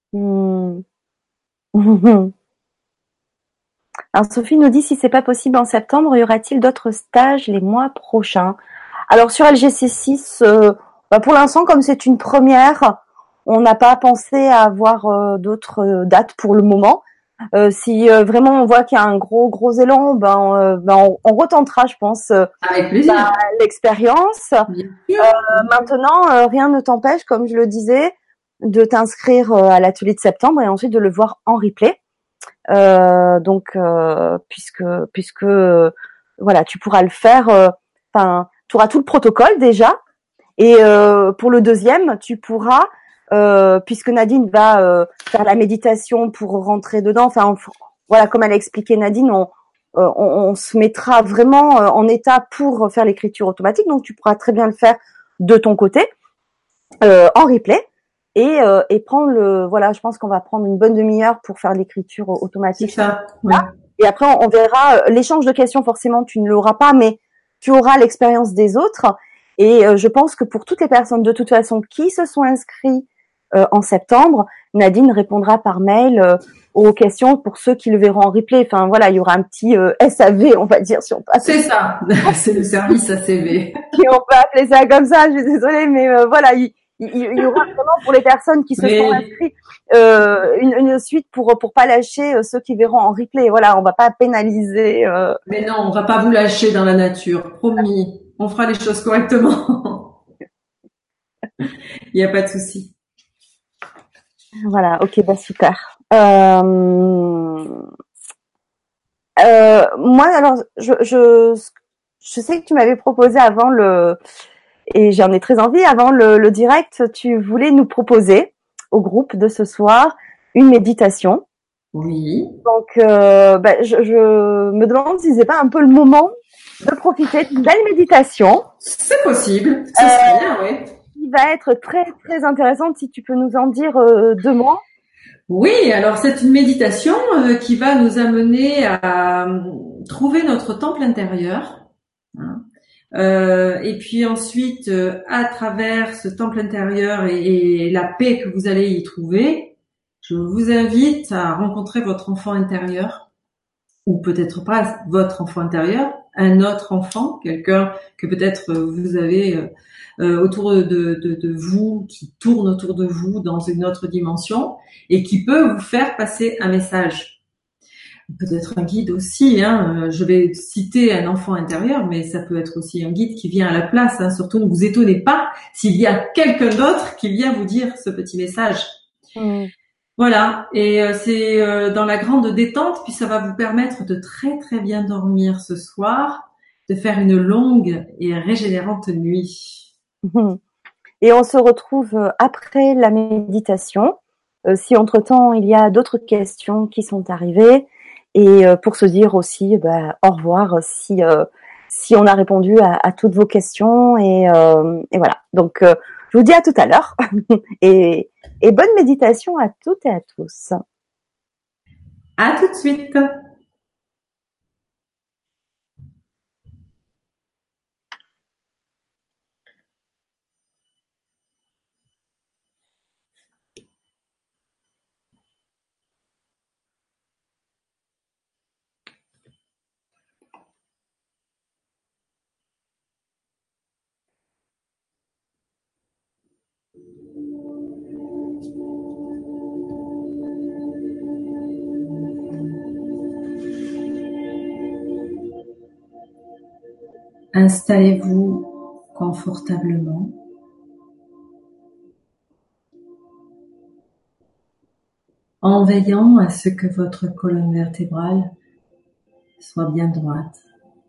Alors Sophie nous dit, si c'est pas possible en septembre, y aura-t-il d'autres stages les mois prochains? Alors sur LGC6, pour l'instant, comme c'est une première, on n'a pas pensé à avoir d'autres dates pour le moment. Si vraiment on voit qu'il y a un gros élan, on retentera, je pense,
avec plaisir,
l'expérience. Maintenant, rien ne t'empêche, comme je le disais, de t'inscrire à l'atelier de septembre et ensuite de le voir en replay. Puisque voilà, tu pourras le faire. Tu auras tout le protocole déjà. Et pour le deuxième, tu pourras, puisque Nadine va faire la méditation pour rentrer dedans. Voilà, comme elle a expliqué Nadine, on se mettra vraiment en état pour faire l'écriture automatique. Donc, tu pourras très bien le faire de ton côté en replay. Et prendre voilà, je pense qu'on va prendre une bonne demi-heure pour faire l'écriture automatique.
C'est ça. Oui.
Et après, on verra l'échange de questions. Forcément, tu ne l'auras pas, mais tu auras l'expérience des autres. Et je pense que pour toutes les personnes, de toute façon, qui se sont inscrits en septembre, Nadine répondra par mail aux questions pour ceux qui le verront en replay. Enfin, voilà, il y aura un petit SAV, on va dire, si on passe.
C'est ça. C'est le service ACV.
Et on peut appeler ça comme ça. Je suis désolée, mais voilà. Il y aura vraiment pour les personnes qui se sont inscrites une suite pour pas lâcher ceux qui verront en replay. Voilà, on va pas pénaliser.
Mais non, on va pas vous lâcher dans la nature, promis. On fera les choses correctement. Il n'y a pas de souci.
Voilà, ok, super. Moi, alors, je sais que tu m'avais proposé avant et j'en ai très envie, avant le direct, tu voulais nous proposer au groupe de ce soir une méditation.
Oui.
Donc, je me demande si c'est pas un peu le moment de profiter d'une belle méditation.
C'est possible. C'est bien, oui.
qui va être très très intéressante. Si tu peux nous en dire deux mots.
Oui, alors c'est une méditation qui va nous amener à trouver notre temple intérieur, hein. Et puis ensuite, à travers ce temple intérieur et la paix que vous allez y trouver, je vous invite à rencontrer votre enfant intérieur, ou peut-être pas votre enfant intérieur, un autre enfant, quelqu'un que peut-être vous avez autour de vous, qui tourne autour de vous dans une autre dimension et qui peut vous faire passer un message. Peut-être un guide aussi, hein. Je vais citer un enfant intérieur, mais ça peut être aussi un guide qui vient à la place, hein. Surtout ne vous étonnez pas s'il y a quelqu'un d'autre qui vient vous dire ce petit message.
Mm.
Voilà, et c'est dans la grande détente, puis ça va vous permettre de très très bien dormir ce soir, de faire une longue et régénérante nuit.
Et on se retrouve après la méditation. Si entre-temps il y a d'autres questions qui sont arrivées, et pour se dire aussi au revoir si on a répondu à toutes vos questions, et voilà. Donc je vous dis à tout à l'heure et bonne méditation à toutes et à tous.
À tout de suite. Installez-vous confortablement. En veillant à ce que votre colonne vertébrale soit bien droite.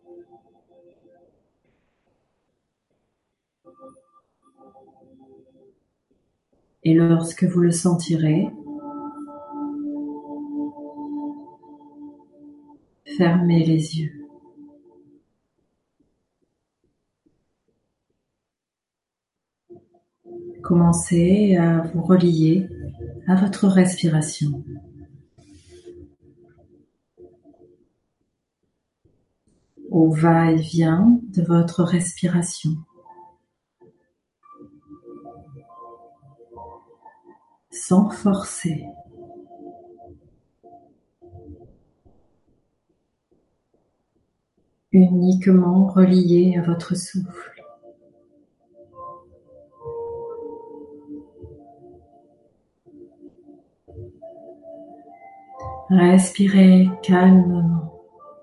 Et lorsque vous le sentirez, fermez les yeux. Commencez à vous relier à votre respiration, au va-et-vient de votre respiration. Sans forcer. Uniquement relié à votre souffle. Respirez calmement,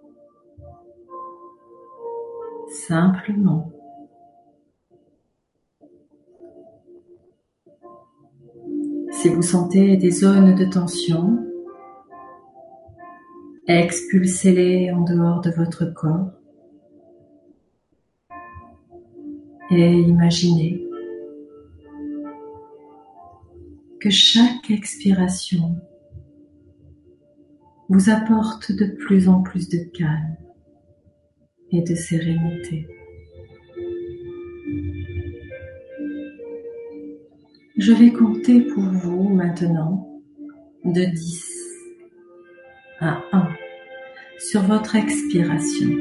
simplement. Si vous sentez des zones de tension, expulsez-les en dehors de votre corps et imaginez que chaque expiration vous apporte de plus en plus de calme et de sérénité. Je vais compter pour vous maintenant de 10 à 1 sur votre expiration.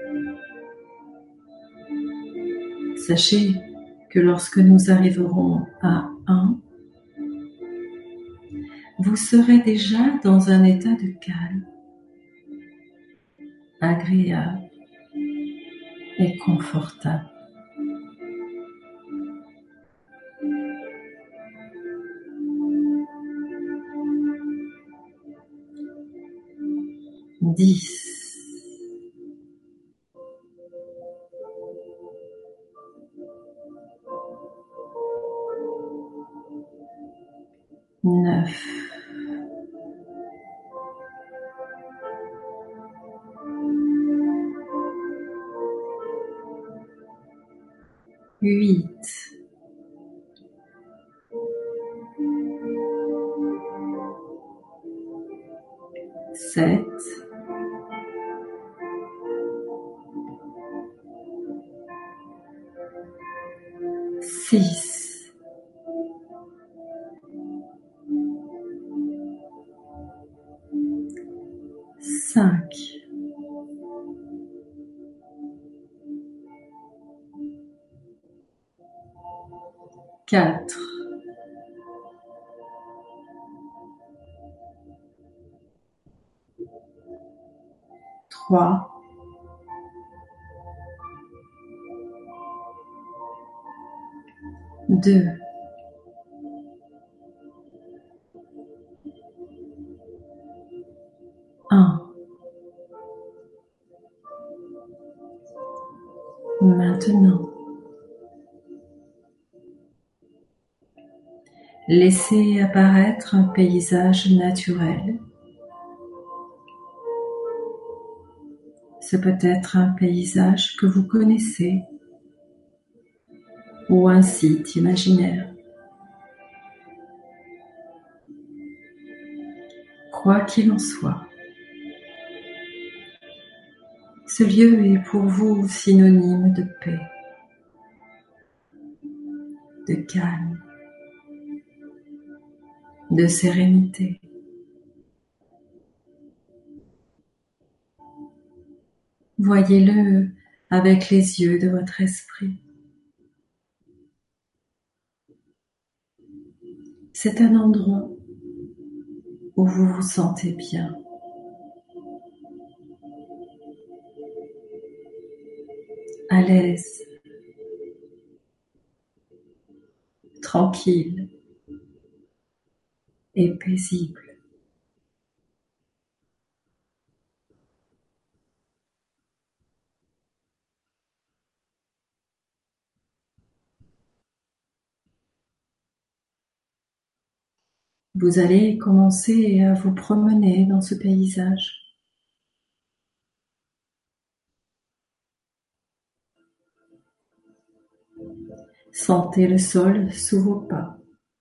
Sachez que lorsque nous arriverons à 1, vous serez déjà dans un état de calme, agréable et confortable. 10, 9, 8, 7, 6, 5, 4, 3, 2, 1. Maintenant, laissez apparaître un paysage naturel. C'est peut-être un paysage que vous connaissez ou un site imaginaire. Quoi qu'il en soit, ce lieu est pour vous synonyme de paix, de calme, de sérénité. Voyez-le avec les yeux de votre esprit. C'est un endroit où vous vous sentez bien. À l'aise, tranquille et paisible. Vous allez commencer à vous promener dans ce paysage. Sentez le sol sous vos pas.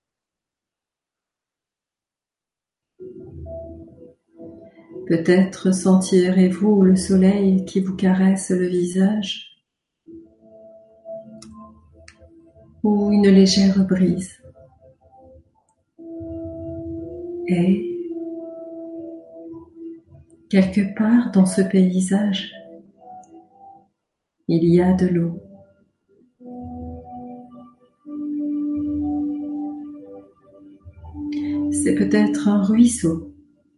Peut-être sentirez-vous le soleil qui vous caresse le visage ou une légère brise. Et quelque part dans ce paysage, il y a de l'eau. C'est peut-être un ruisseau,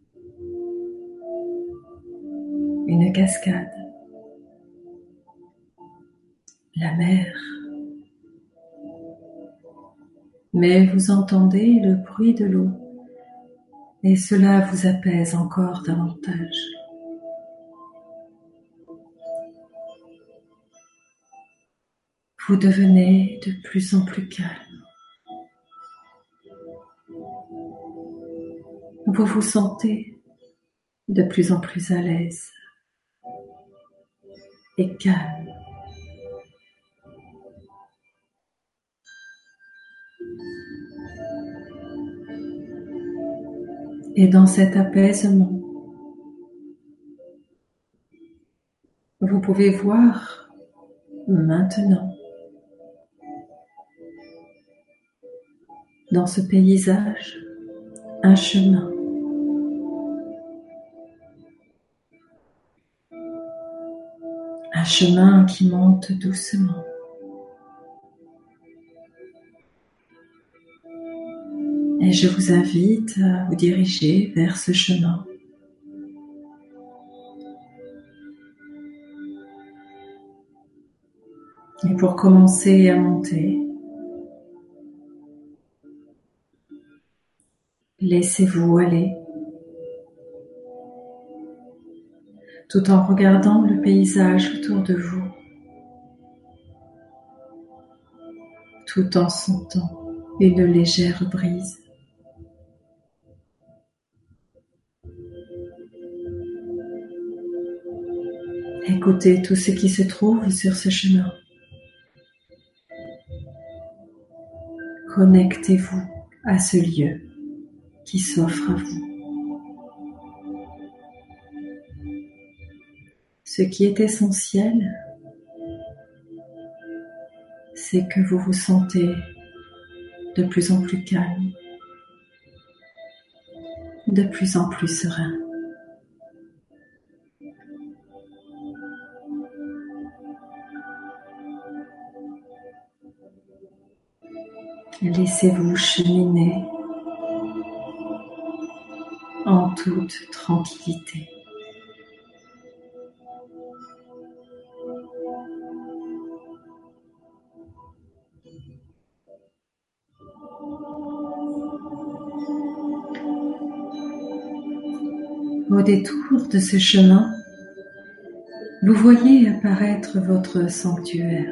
une cascade, la mer. Mais vous entendez le bruit de l'eau et cela vous apaise encore davantage. Vous devenez de plus en plus calme. Vous vous sentez de plus en plus à l'aise et calme. Et dans cet apaisement, vous pouvez voir maintenant, dans ce paysage, un chemin. Un chemin qui monte doucement. Et je vous invite à vous diriger vers ce chemin. Et pour commencer à monter, laissez-vous aller, tout en regardant le paysage autour de vous, tout en sentant une légère brise. Écoutez tout ce qui se trouve sur ce chemin. Connectez-vous à ce lieu qui s'offre à vous. Ce qui est essentiel, c'est que vous vous sentez de plus en plus calme, de plus en plus serein. laissez-vous cheminer en toute tranquillité. Au détour de ce chemin, vous voyez apparaître votre sanctuaire,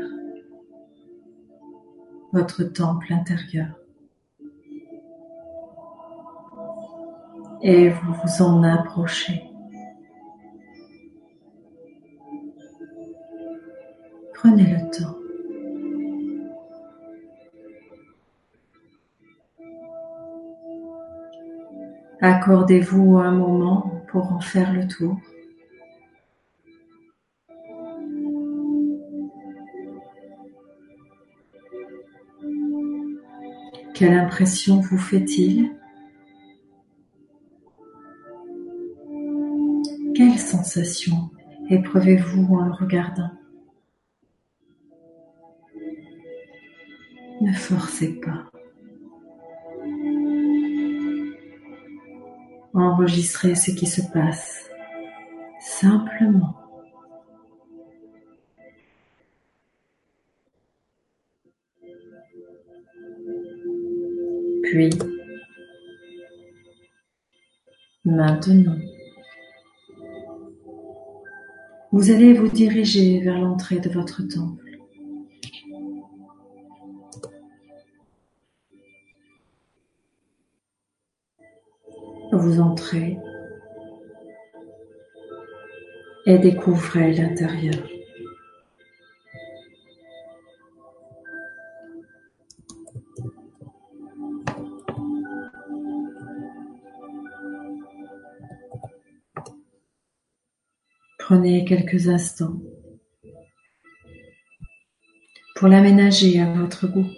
votre temple intérieur. Et vous vous en approchez. Prenez le temps. Accordez-vous un moment pour en faire le tour. Quelle impression vous fait-il? Quelle sensation éprouvez-vous en le regardant? Ne forcez pas. Enregistrez ce qui se passe simplement. Puis, maintenant, vous allez vous diriger vers l'entrée de votre temple. Vous entrez et découvrez l'intérieur. Prenez quelques instants pour l'aménager à votre goût,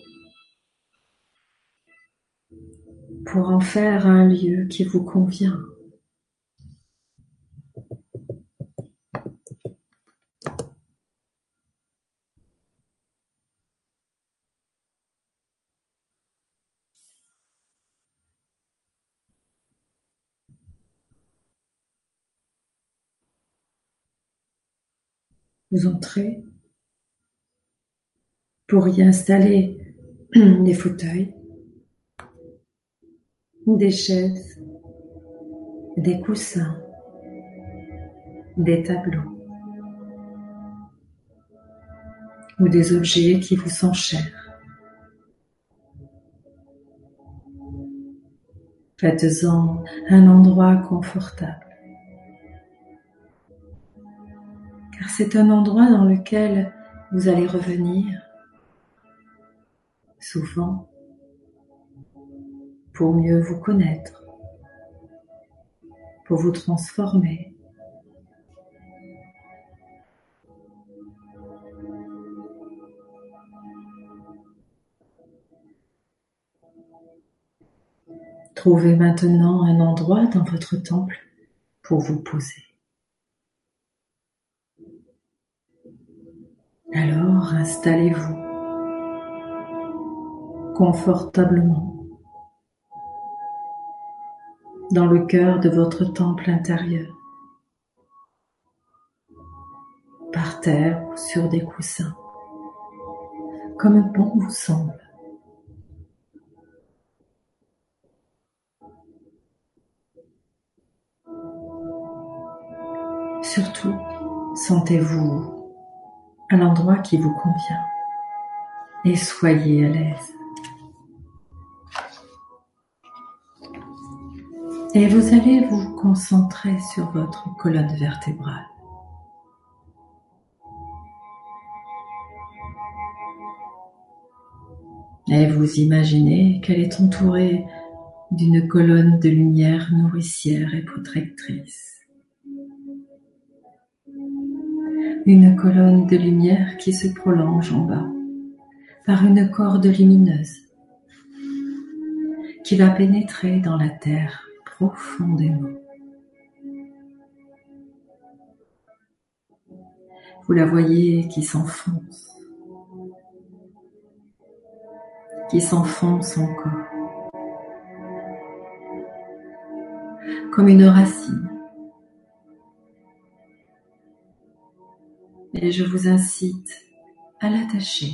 pour en faire un lieu qui vous convient. Vous entrez pour y installer des fauteuils, des chaises, des coussins, des tableaux ou des objets qui vous sont chers. Faites-en un endroit confortable, car c'est un endroit dans lequel vous allez revenir souvent pour mieux vous connaître, pour vous transformer. Trouvez maintenant un endroit dans votre temple pour vous poser. Alors installez-vous confortablement dans le cœur de votre temple intérieur, par terre ou sur des coussins, comme bon vous semble. Surtout, sentez-vous à l'endroit qui vous convient et soyez à l'aise. Et vous allez vous concentrer sur votre colonne vertébrale. Et vous imaginez qu'elle est entourée d'une colonne de lumière nourricière et protectrice. Une colonne de lumière qui se prolonge en bas par une corde lumineuse qui va pénétrer dans la terre profondément. Vous la voyez qui s'enfonce qui s'enfonce encore, comme une racine. Et je vous incite à l'attacher,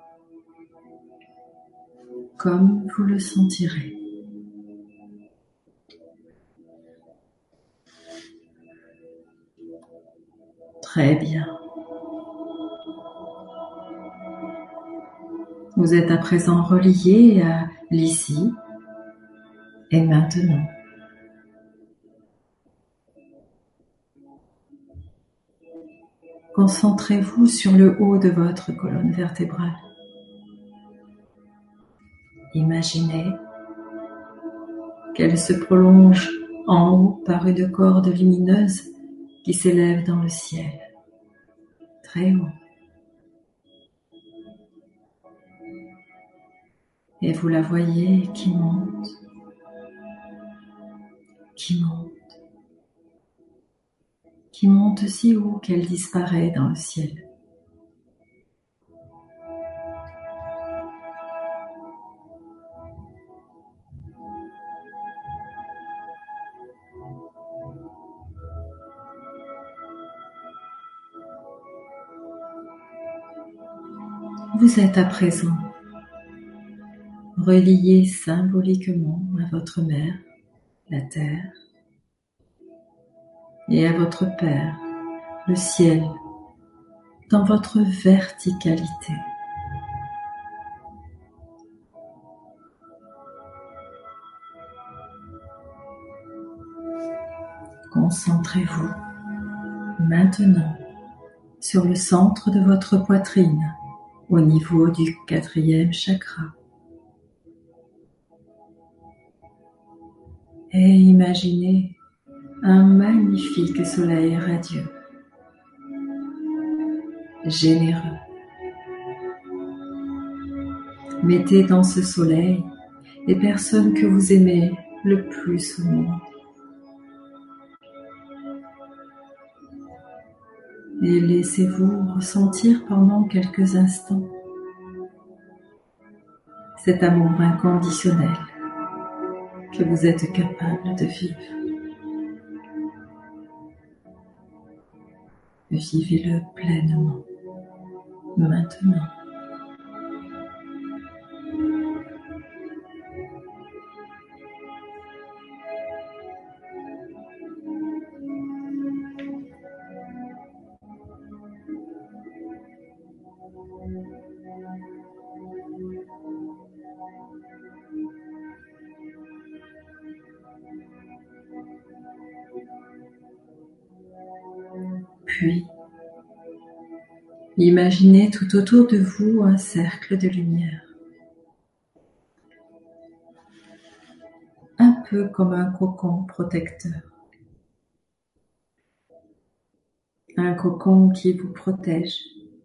comme vous le sentirez. Très bien. Vous êtes à présent relié à l'ici et maintenant. Concentrez-vous sur le haut de votre colonne vertébrale. Imaginez qu'elle se prolonge en haut par une corde lumineuse qui s'élève dans le ciel, très haut. Et vous la voyez qui monte, qui monte, qui monte si haut qu'elle disparaît dans le ciel. Vous êtes à présent relié symboliquement à votre mère, la terre, et à votre père, le ciel, dans votre verticalité. Concentrez-vous maintenant sur le centre de votre poitrine, au niveau du 4e chakra. Et imaginez un magnifique soleil radieux, généreux. Mettez dans ce soleil les personnes que vous aimez le plus au monde. Et laissez-vous ressentir pendant quelques instants cet amour inconditionnel que vous êtes capable de vivre. Vivez-le pleinement, maintenant. Puis, imaginez tout autour de vous un cercle de lumière, un peu comme un cocon protecteur. Un cocon qui vous protège.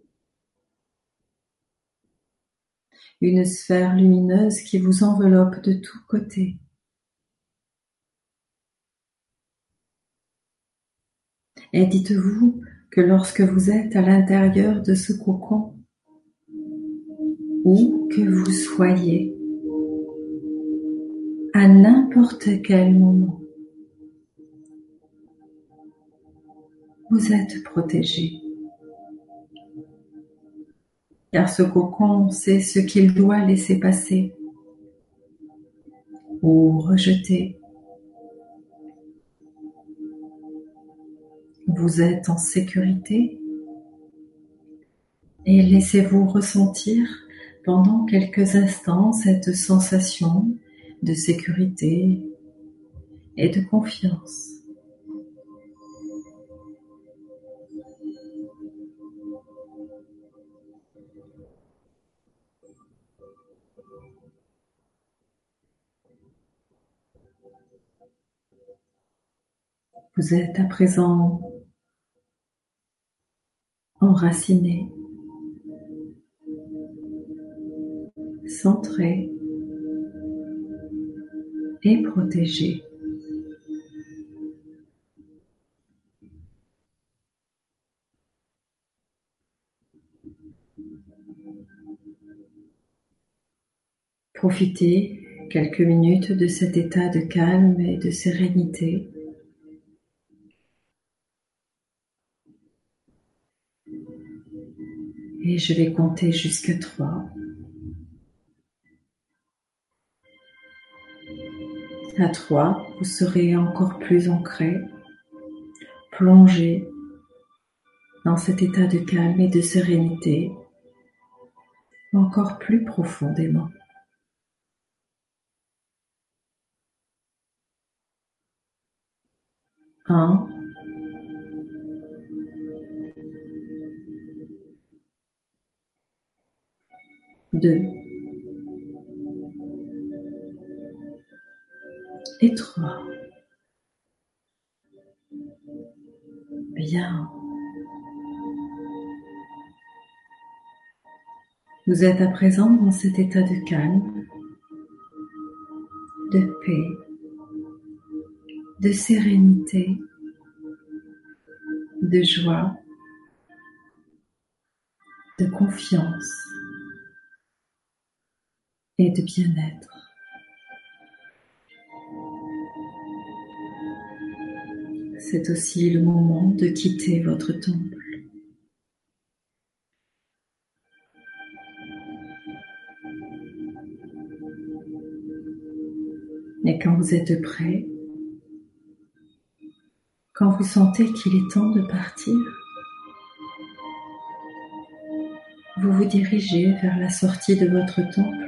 Une sphère lumineuse qui vous enveloppe de tous côtés. Et dites-vous que lorsque vous êtes à l'intérieur de ce cocon, où que vous soyez, à n'importe quel moment, vous êtes protégé. Car ce cocon sait ce qu'il doit laisser passer ou rejeter. Vous êtes en sécurité et laissez-vous ressentir pendant quelques instants cette sensation de sécurité et de confiance. Vous êtes à présent enraciné, centré et protégé. Profitez quelques minutes de cet état de calme et de sérénité. Et je vais compter jusqu'à 3. À 3, vous serez encore plus ancré, plongé dans cet état de calme et de sérénité, encore plus profondément. 1, 2 et 3. Bien. Vous êtes à présent dans cet état de calme, de paix, de sérénité, de joie, de confiance et de bien-être. C'est aussi le moment de quitter votre temple. Et quand vous êtes prêt, quand vous sentez qu'il est temps de partir, vous vous dirigez vers la sortie de votre temple,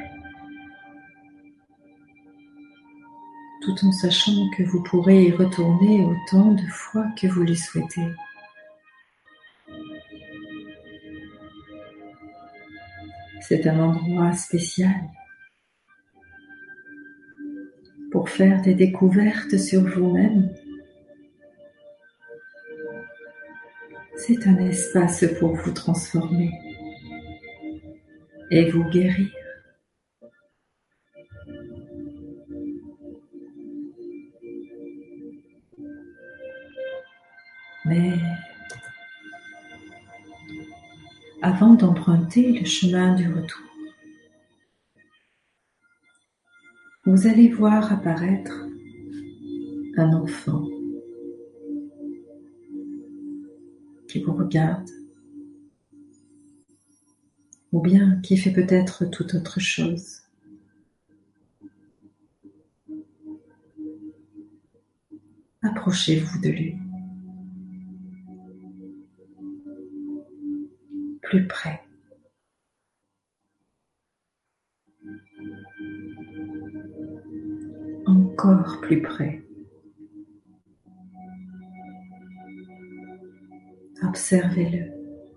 tout en sachant que vous pourrez y retourner autant de fois que vous le souhaitez. C'est un endroit spécial pour faire des découvertes sur vous-même. C'est un espace pour vous transformer et vous guérir. Mais avant d'emprunter le chemin du retour, vous allez voir apparaître un enfant qui vous regarde, ou bien qui fait peut-être toute autre chose. Approchez-vous de lui, plus près. Encore plus près. Observez-le.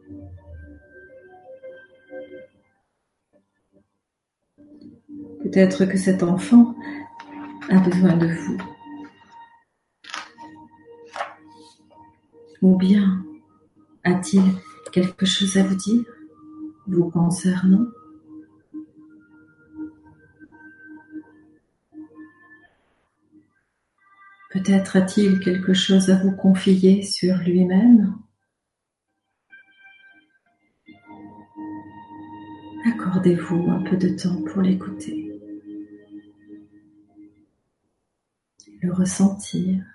Peut-être que cet enfant a besoin de vous. Ou bien a-t-il quelque chose à vous dire, vous concernant? Peut-être a-t-il quelque chose à vous confier sur lui-même? Accordez-vous un peu de temps pour l'écouter, le ressentir.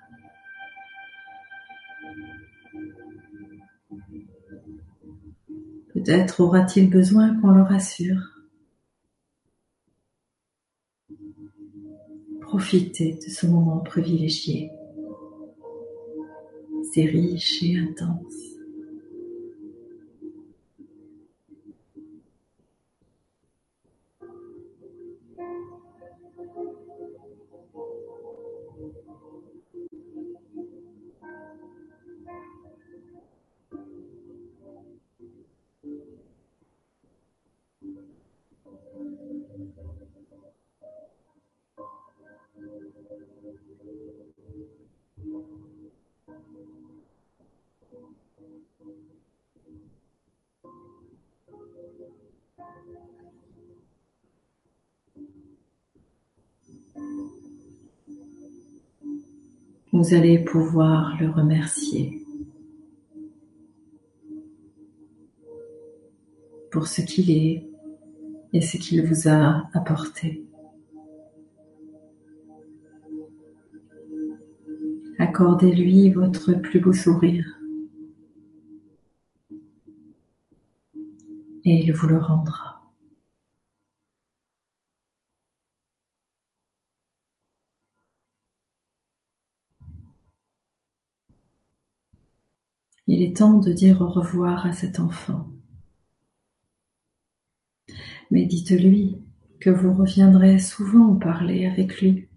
Peut-être aura-t-il besoin qu'on le rassure. Profitez de ce moment privilégié. C'est riche et intense. Vous allez pouvoir le remercier pour ce qu'il est et ce qu'il vous a apporté. accordez-lui votre plus beau sourire et il vous le rendra. Il est temps de dire au revoir à cet enfant. Mais dites-lui que vous reviendrez souvent parler avec lui.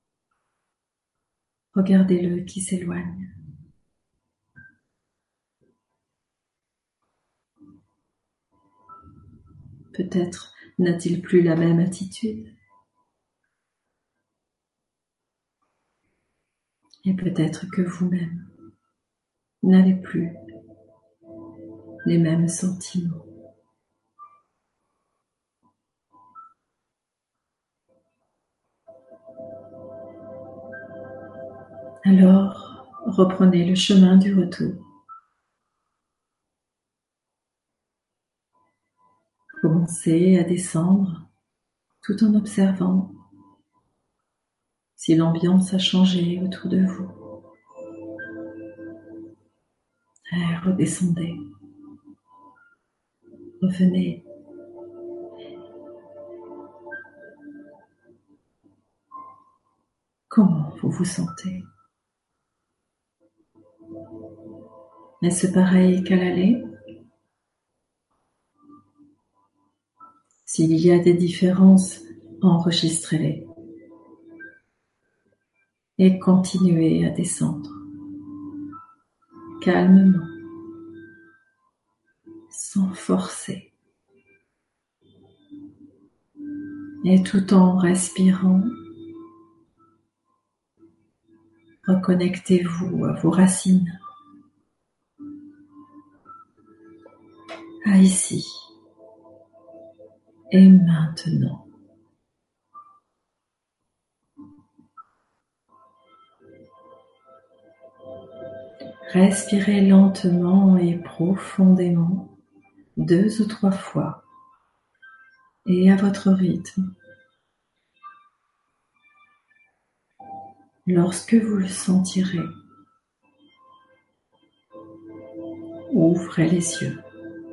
Regardez-le qui s'éloigne. Peut-être n'a-t-il plus la même attitude. Et peut-être que vous-même n'avez plus les mêmes sentiments. Alors, reprenez le chemin du retour. Commencez à descendre tout en observant si l'ambiance a changé autour de vous. Et redescendez. Revenez. Comment vous vous sentez? Est-ce pareil qu'à l'aller? S'il y a des différences, enregistrez-les et continuez à descendre calmement, sans forcer, et tout en respirant, reconnectez-vous à vos racines, à ici et maintenant. Respirez lentement et profondément 2 ou 3 fois et à votre rythme. Lorsque vous le sentirez, ouvrez les yeux.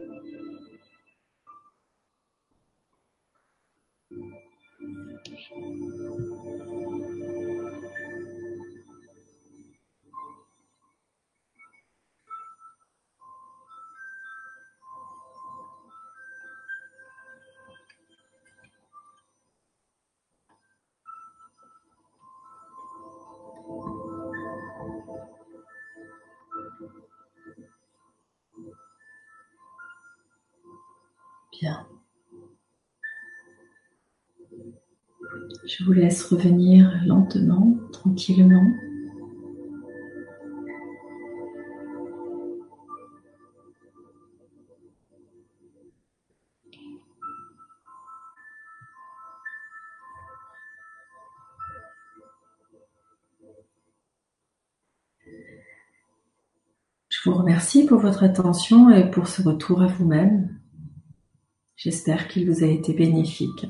Bien. Je vous laisse revenir lentement, tranquillement. Je vous remercie pour votre attention et pour ce retour à vous-même. J'espère qu'il vous a été bénéfique.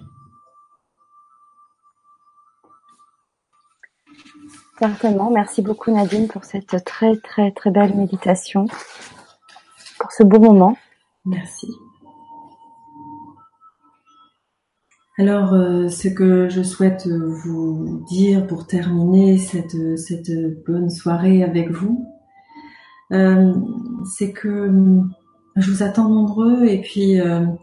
Certainement. Merci beaucoup Nadine pour cette très très très belle méditation, pour ce beau moment.
Merci. Alors, ce que je souhaite vous dire pour terminer cette bonne soirée avec vous, c'est que je vous attends nombreux et puis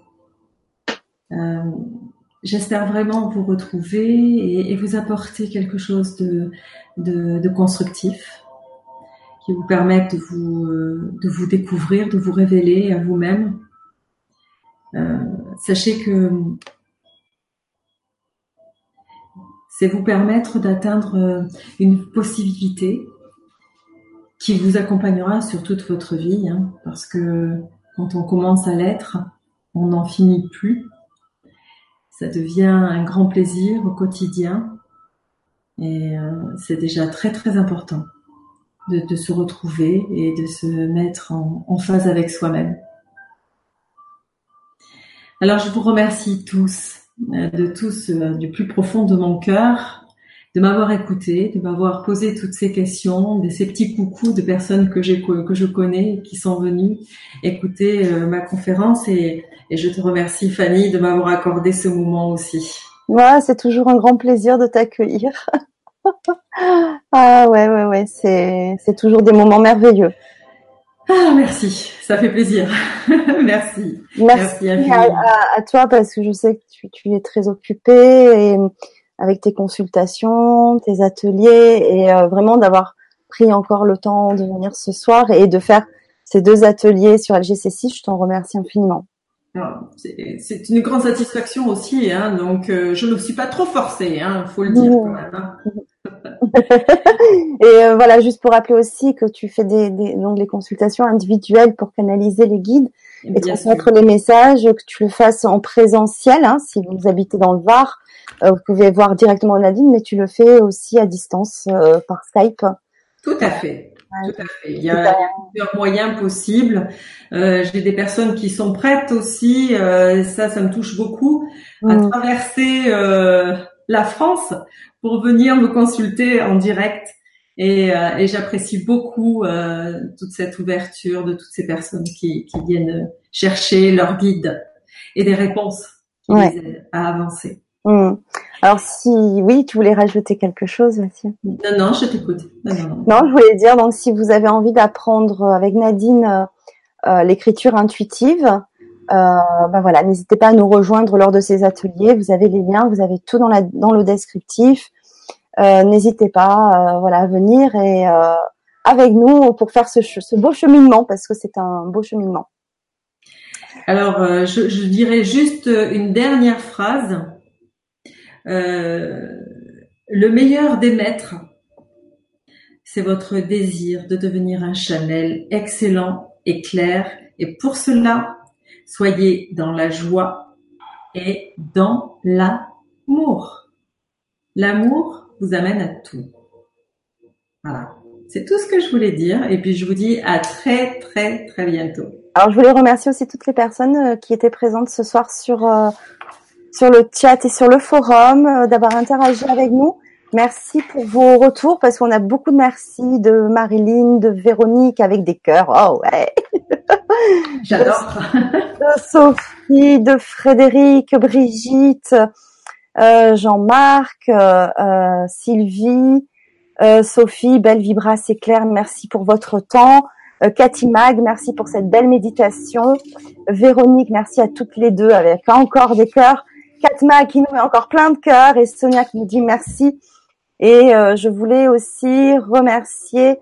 j'espère vraiment vous retrouver et vous apporter quelque chose de constructif qui vous permette de vous découvrir, de vous révéler à vous-même. Sachez que c'est vous permettre d'atteindre une possibilité qui vous accompagnera sur toute votre vie, hein, parce que quand on commence à l'être, on n'en finit plus. Ça devient un grand plaisir au quotidien et c'est déjà très très important de se retrouver et de se mettre en phase avec soi-même. Alors je vous remercie tous, du plus profond de mon cœur de m'avoir écouté, de m'avoir posé toutes ces questions, ces petits coucous de personnes que je connais, qui sont venues écouter ma conférence et je te remercie Fanny de m'avoir accordé ce moment aussi.
Ouais, c'est toujours un grand plaisir de t'accueillir. Ah ouais, c'est toujours des moments merveilleux.
Ah, merci, ça fait plaisir. Merci.
Merci
Merci infiniment.
à toi parce que je sais que tu es très occupée et avec tes consultations, tes ateliers et vraiment d'avoir pris encore le temps de venir ce soir et de faire ces 2 ateliers sur LGC6, je t'en remercie infiniment.
C'est une grande satisfaction aussi, hein, donc je ne me suis pas trop forcée, hein, faut le dire quand
Mmh.
même. Hein.
Et voilà, juste pour rappeler aussi que tu fais donc les consultations individuelles pour canaliser les guides et
Bien sûr.
transmettre les messages, que tu le fasses en présentiel, hein, si vous habitez dans le Var, vous pouvez voir directement Nadine, mais tu le fais aussi à distance par Skype.
Tout à
Voilà.
fait. Tout à fait.
C'est
Il y a plusieurs moyens possibles. J'ai des personnes qui sont prêtes aussi, ça me touche beaucoup, à
Mm.
traverser la France pour venir me consulter en direct. Et j'apprécie beaucoup toute cette ouverture de toutes ces personnes qui viennent chercher leur guide et des réponses qui
Ouais.
les aident à avancer.
Mm. Alors si oui, tu voulais rajouter quelque chose, Mathieu?
Non, non, je t'écoute. Non, non, non.
Non, je voulais dire donc si vous avez envie d'apprendre avec Nadine l'écriture intuitive, ben voilà, n'hésitez pas à nous rejoindre lors de ces ateliers. Vous avez les liens, vous avez tout dans le descriptif. N'hésitez pas, voilà, à venir et avec nous pour faire ce beau cheminement parce que c'est un beau cheminement.
Alors, je dirais juste une dernière phrase. Le meilleur des maîtres, c'est votre désir de devenir un Chanel excellent et clair. Et pour cela, soyez dans la joie et dans l'amour. L'amour vous amène à tout. Voilà. C'est tout ce que je voulais dire. Et puis, je vous dis à très, très, très bientôt.
Alors, je voulais remercier aussi toutes les personnes qui étaient présentes ce soir sur le chat et sur le forum, d'avoir interagi avec nous. Merci pour vos retours parce qu'on a beaucoup de merci de Marilyn, de Véronique avec des cœurs. Oh ouais.
J'adore.
De Sophie, de Frédéric, Brigitte, Jean-Marc, Sylvie, Sophie, belle vibra, c'est clair. Merci pour votre temps. Cathy Mag, merci pour cette belle méditation. Véronique, merci à toutes les deux avec encore des cœurs. Catma qui nous met encore plein de cœurs et Sonia qui nous dit merci. Et je voulais aussi remercier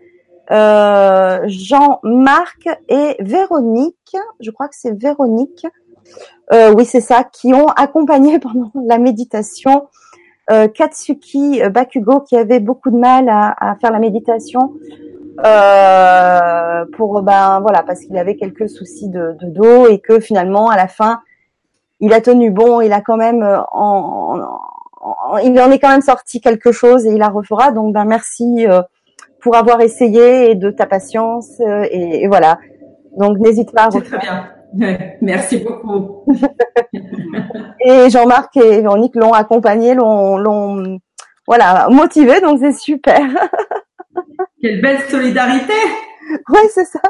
Jean-Marc et Véronique, je crois que c'est Véronique, oui c'est ça, qui ont accompagné pendant la méditation Katsuki Bakugo qui avait beaucoup de mal à faire la méditation pour voilà parce qu'il avait quelques soucis de dos et que finalement à la fin il a tenu bon, il a quand même il en est quand même sorti quelque chose et il la refera. Donc merci pour avoir essayé et de ta patience et voilà. Donc n'hésite pas à
refaire. C'est très bien. Merci beaucoup.
Et Jean-Marc et Véronique l'ont accompagné, l'ont voilà motivé, donc c'est super.
Quelle belle solidarité.
Ouais, c'est ça.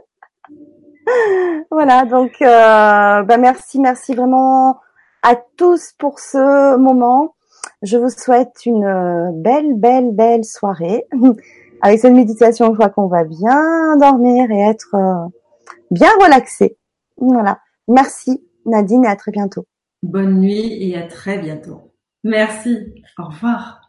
Voilà, donc merci vraiment à tous pour ce moment. Je vous souhaite une belle soirée avec cette méditation. Je crois qu'on va bien dormir et être bien relaxé. Voilà. Merci Nadine et à très bientôt.
Bonne nuit et à très bientôt. Merci. Au revoir.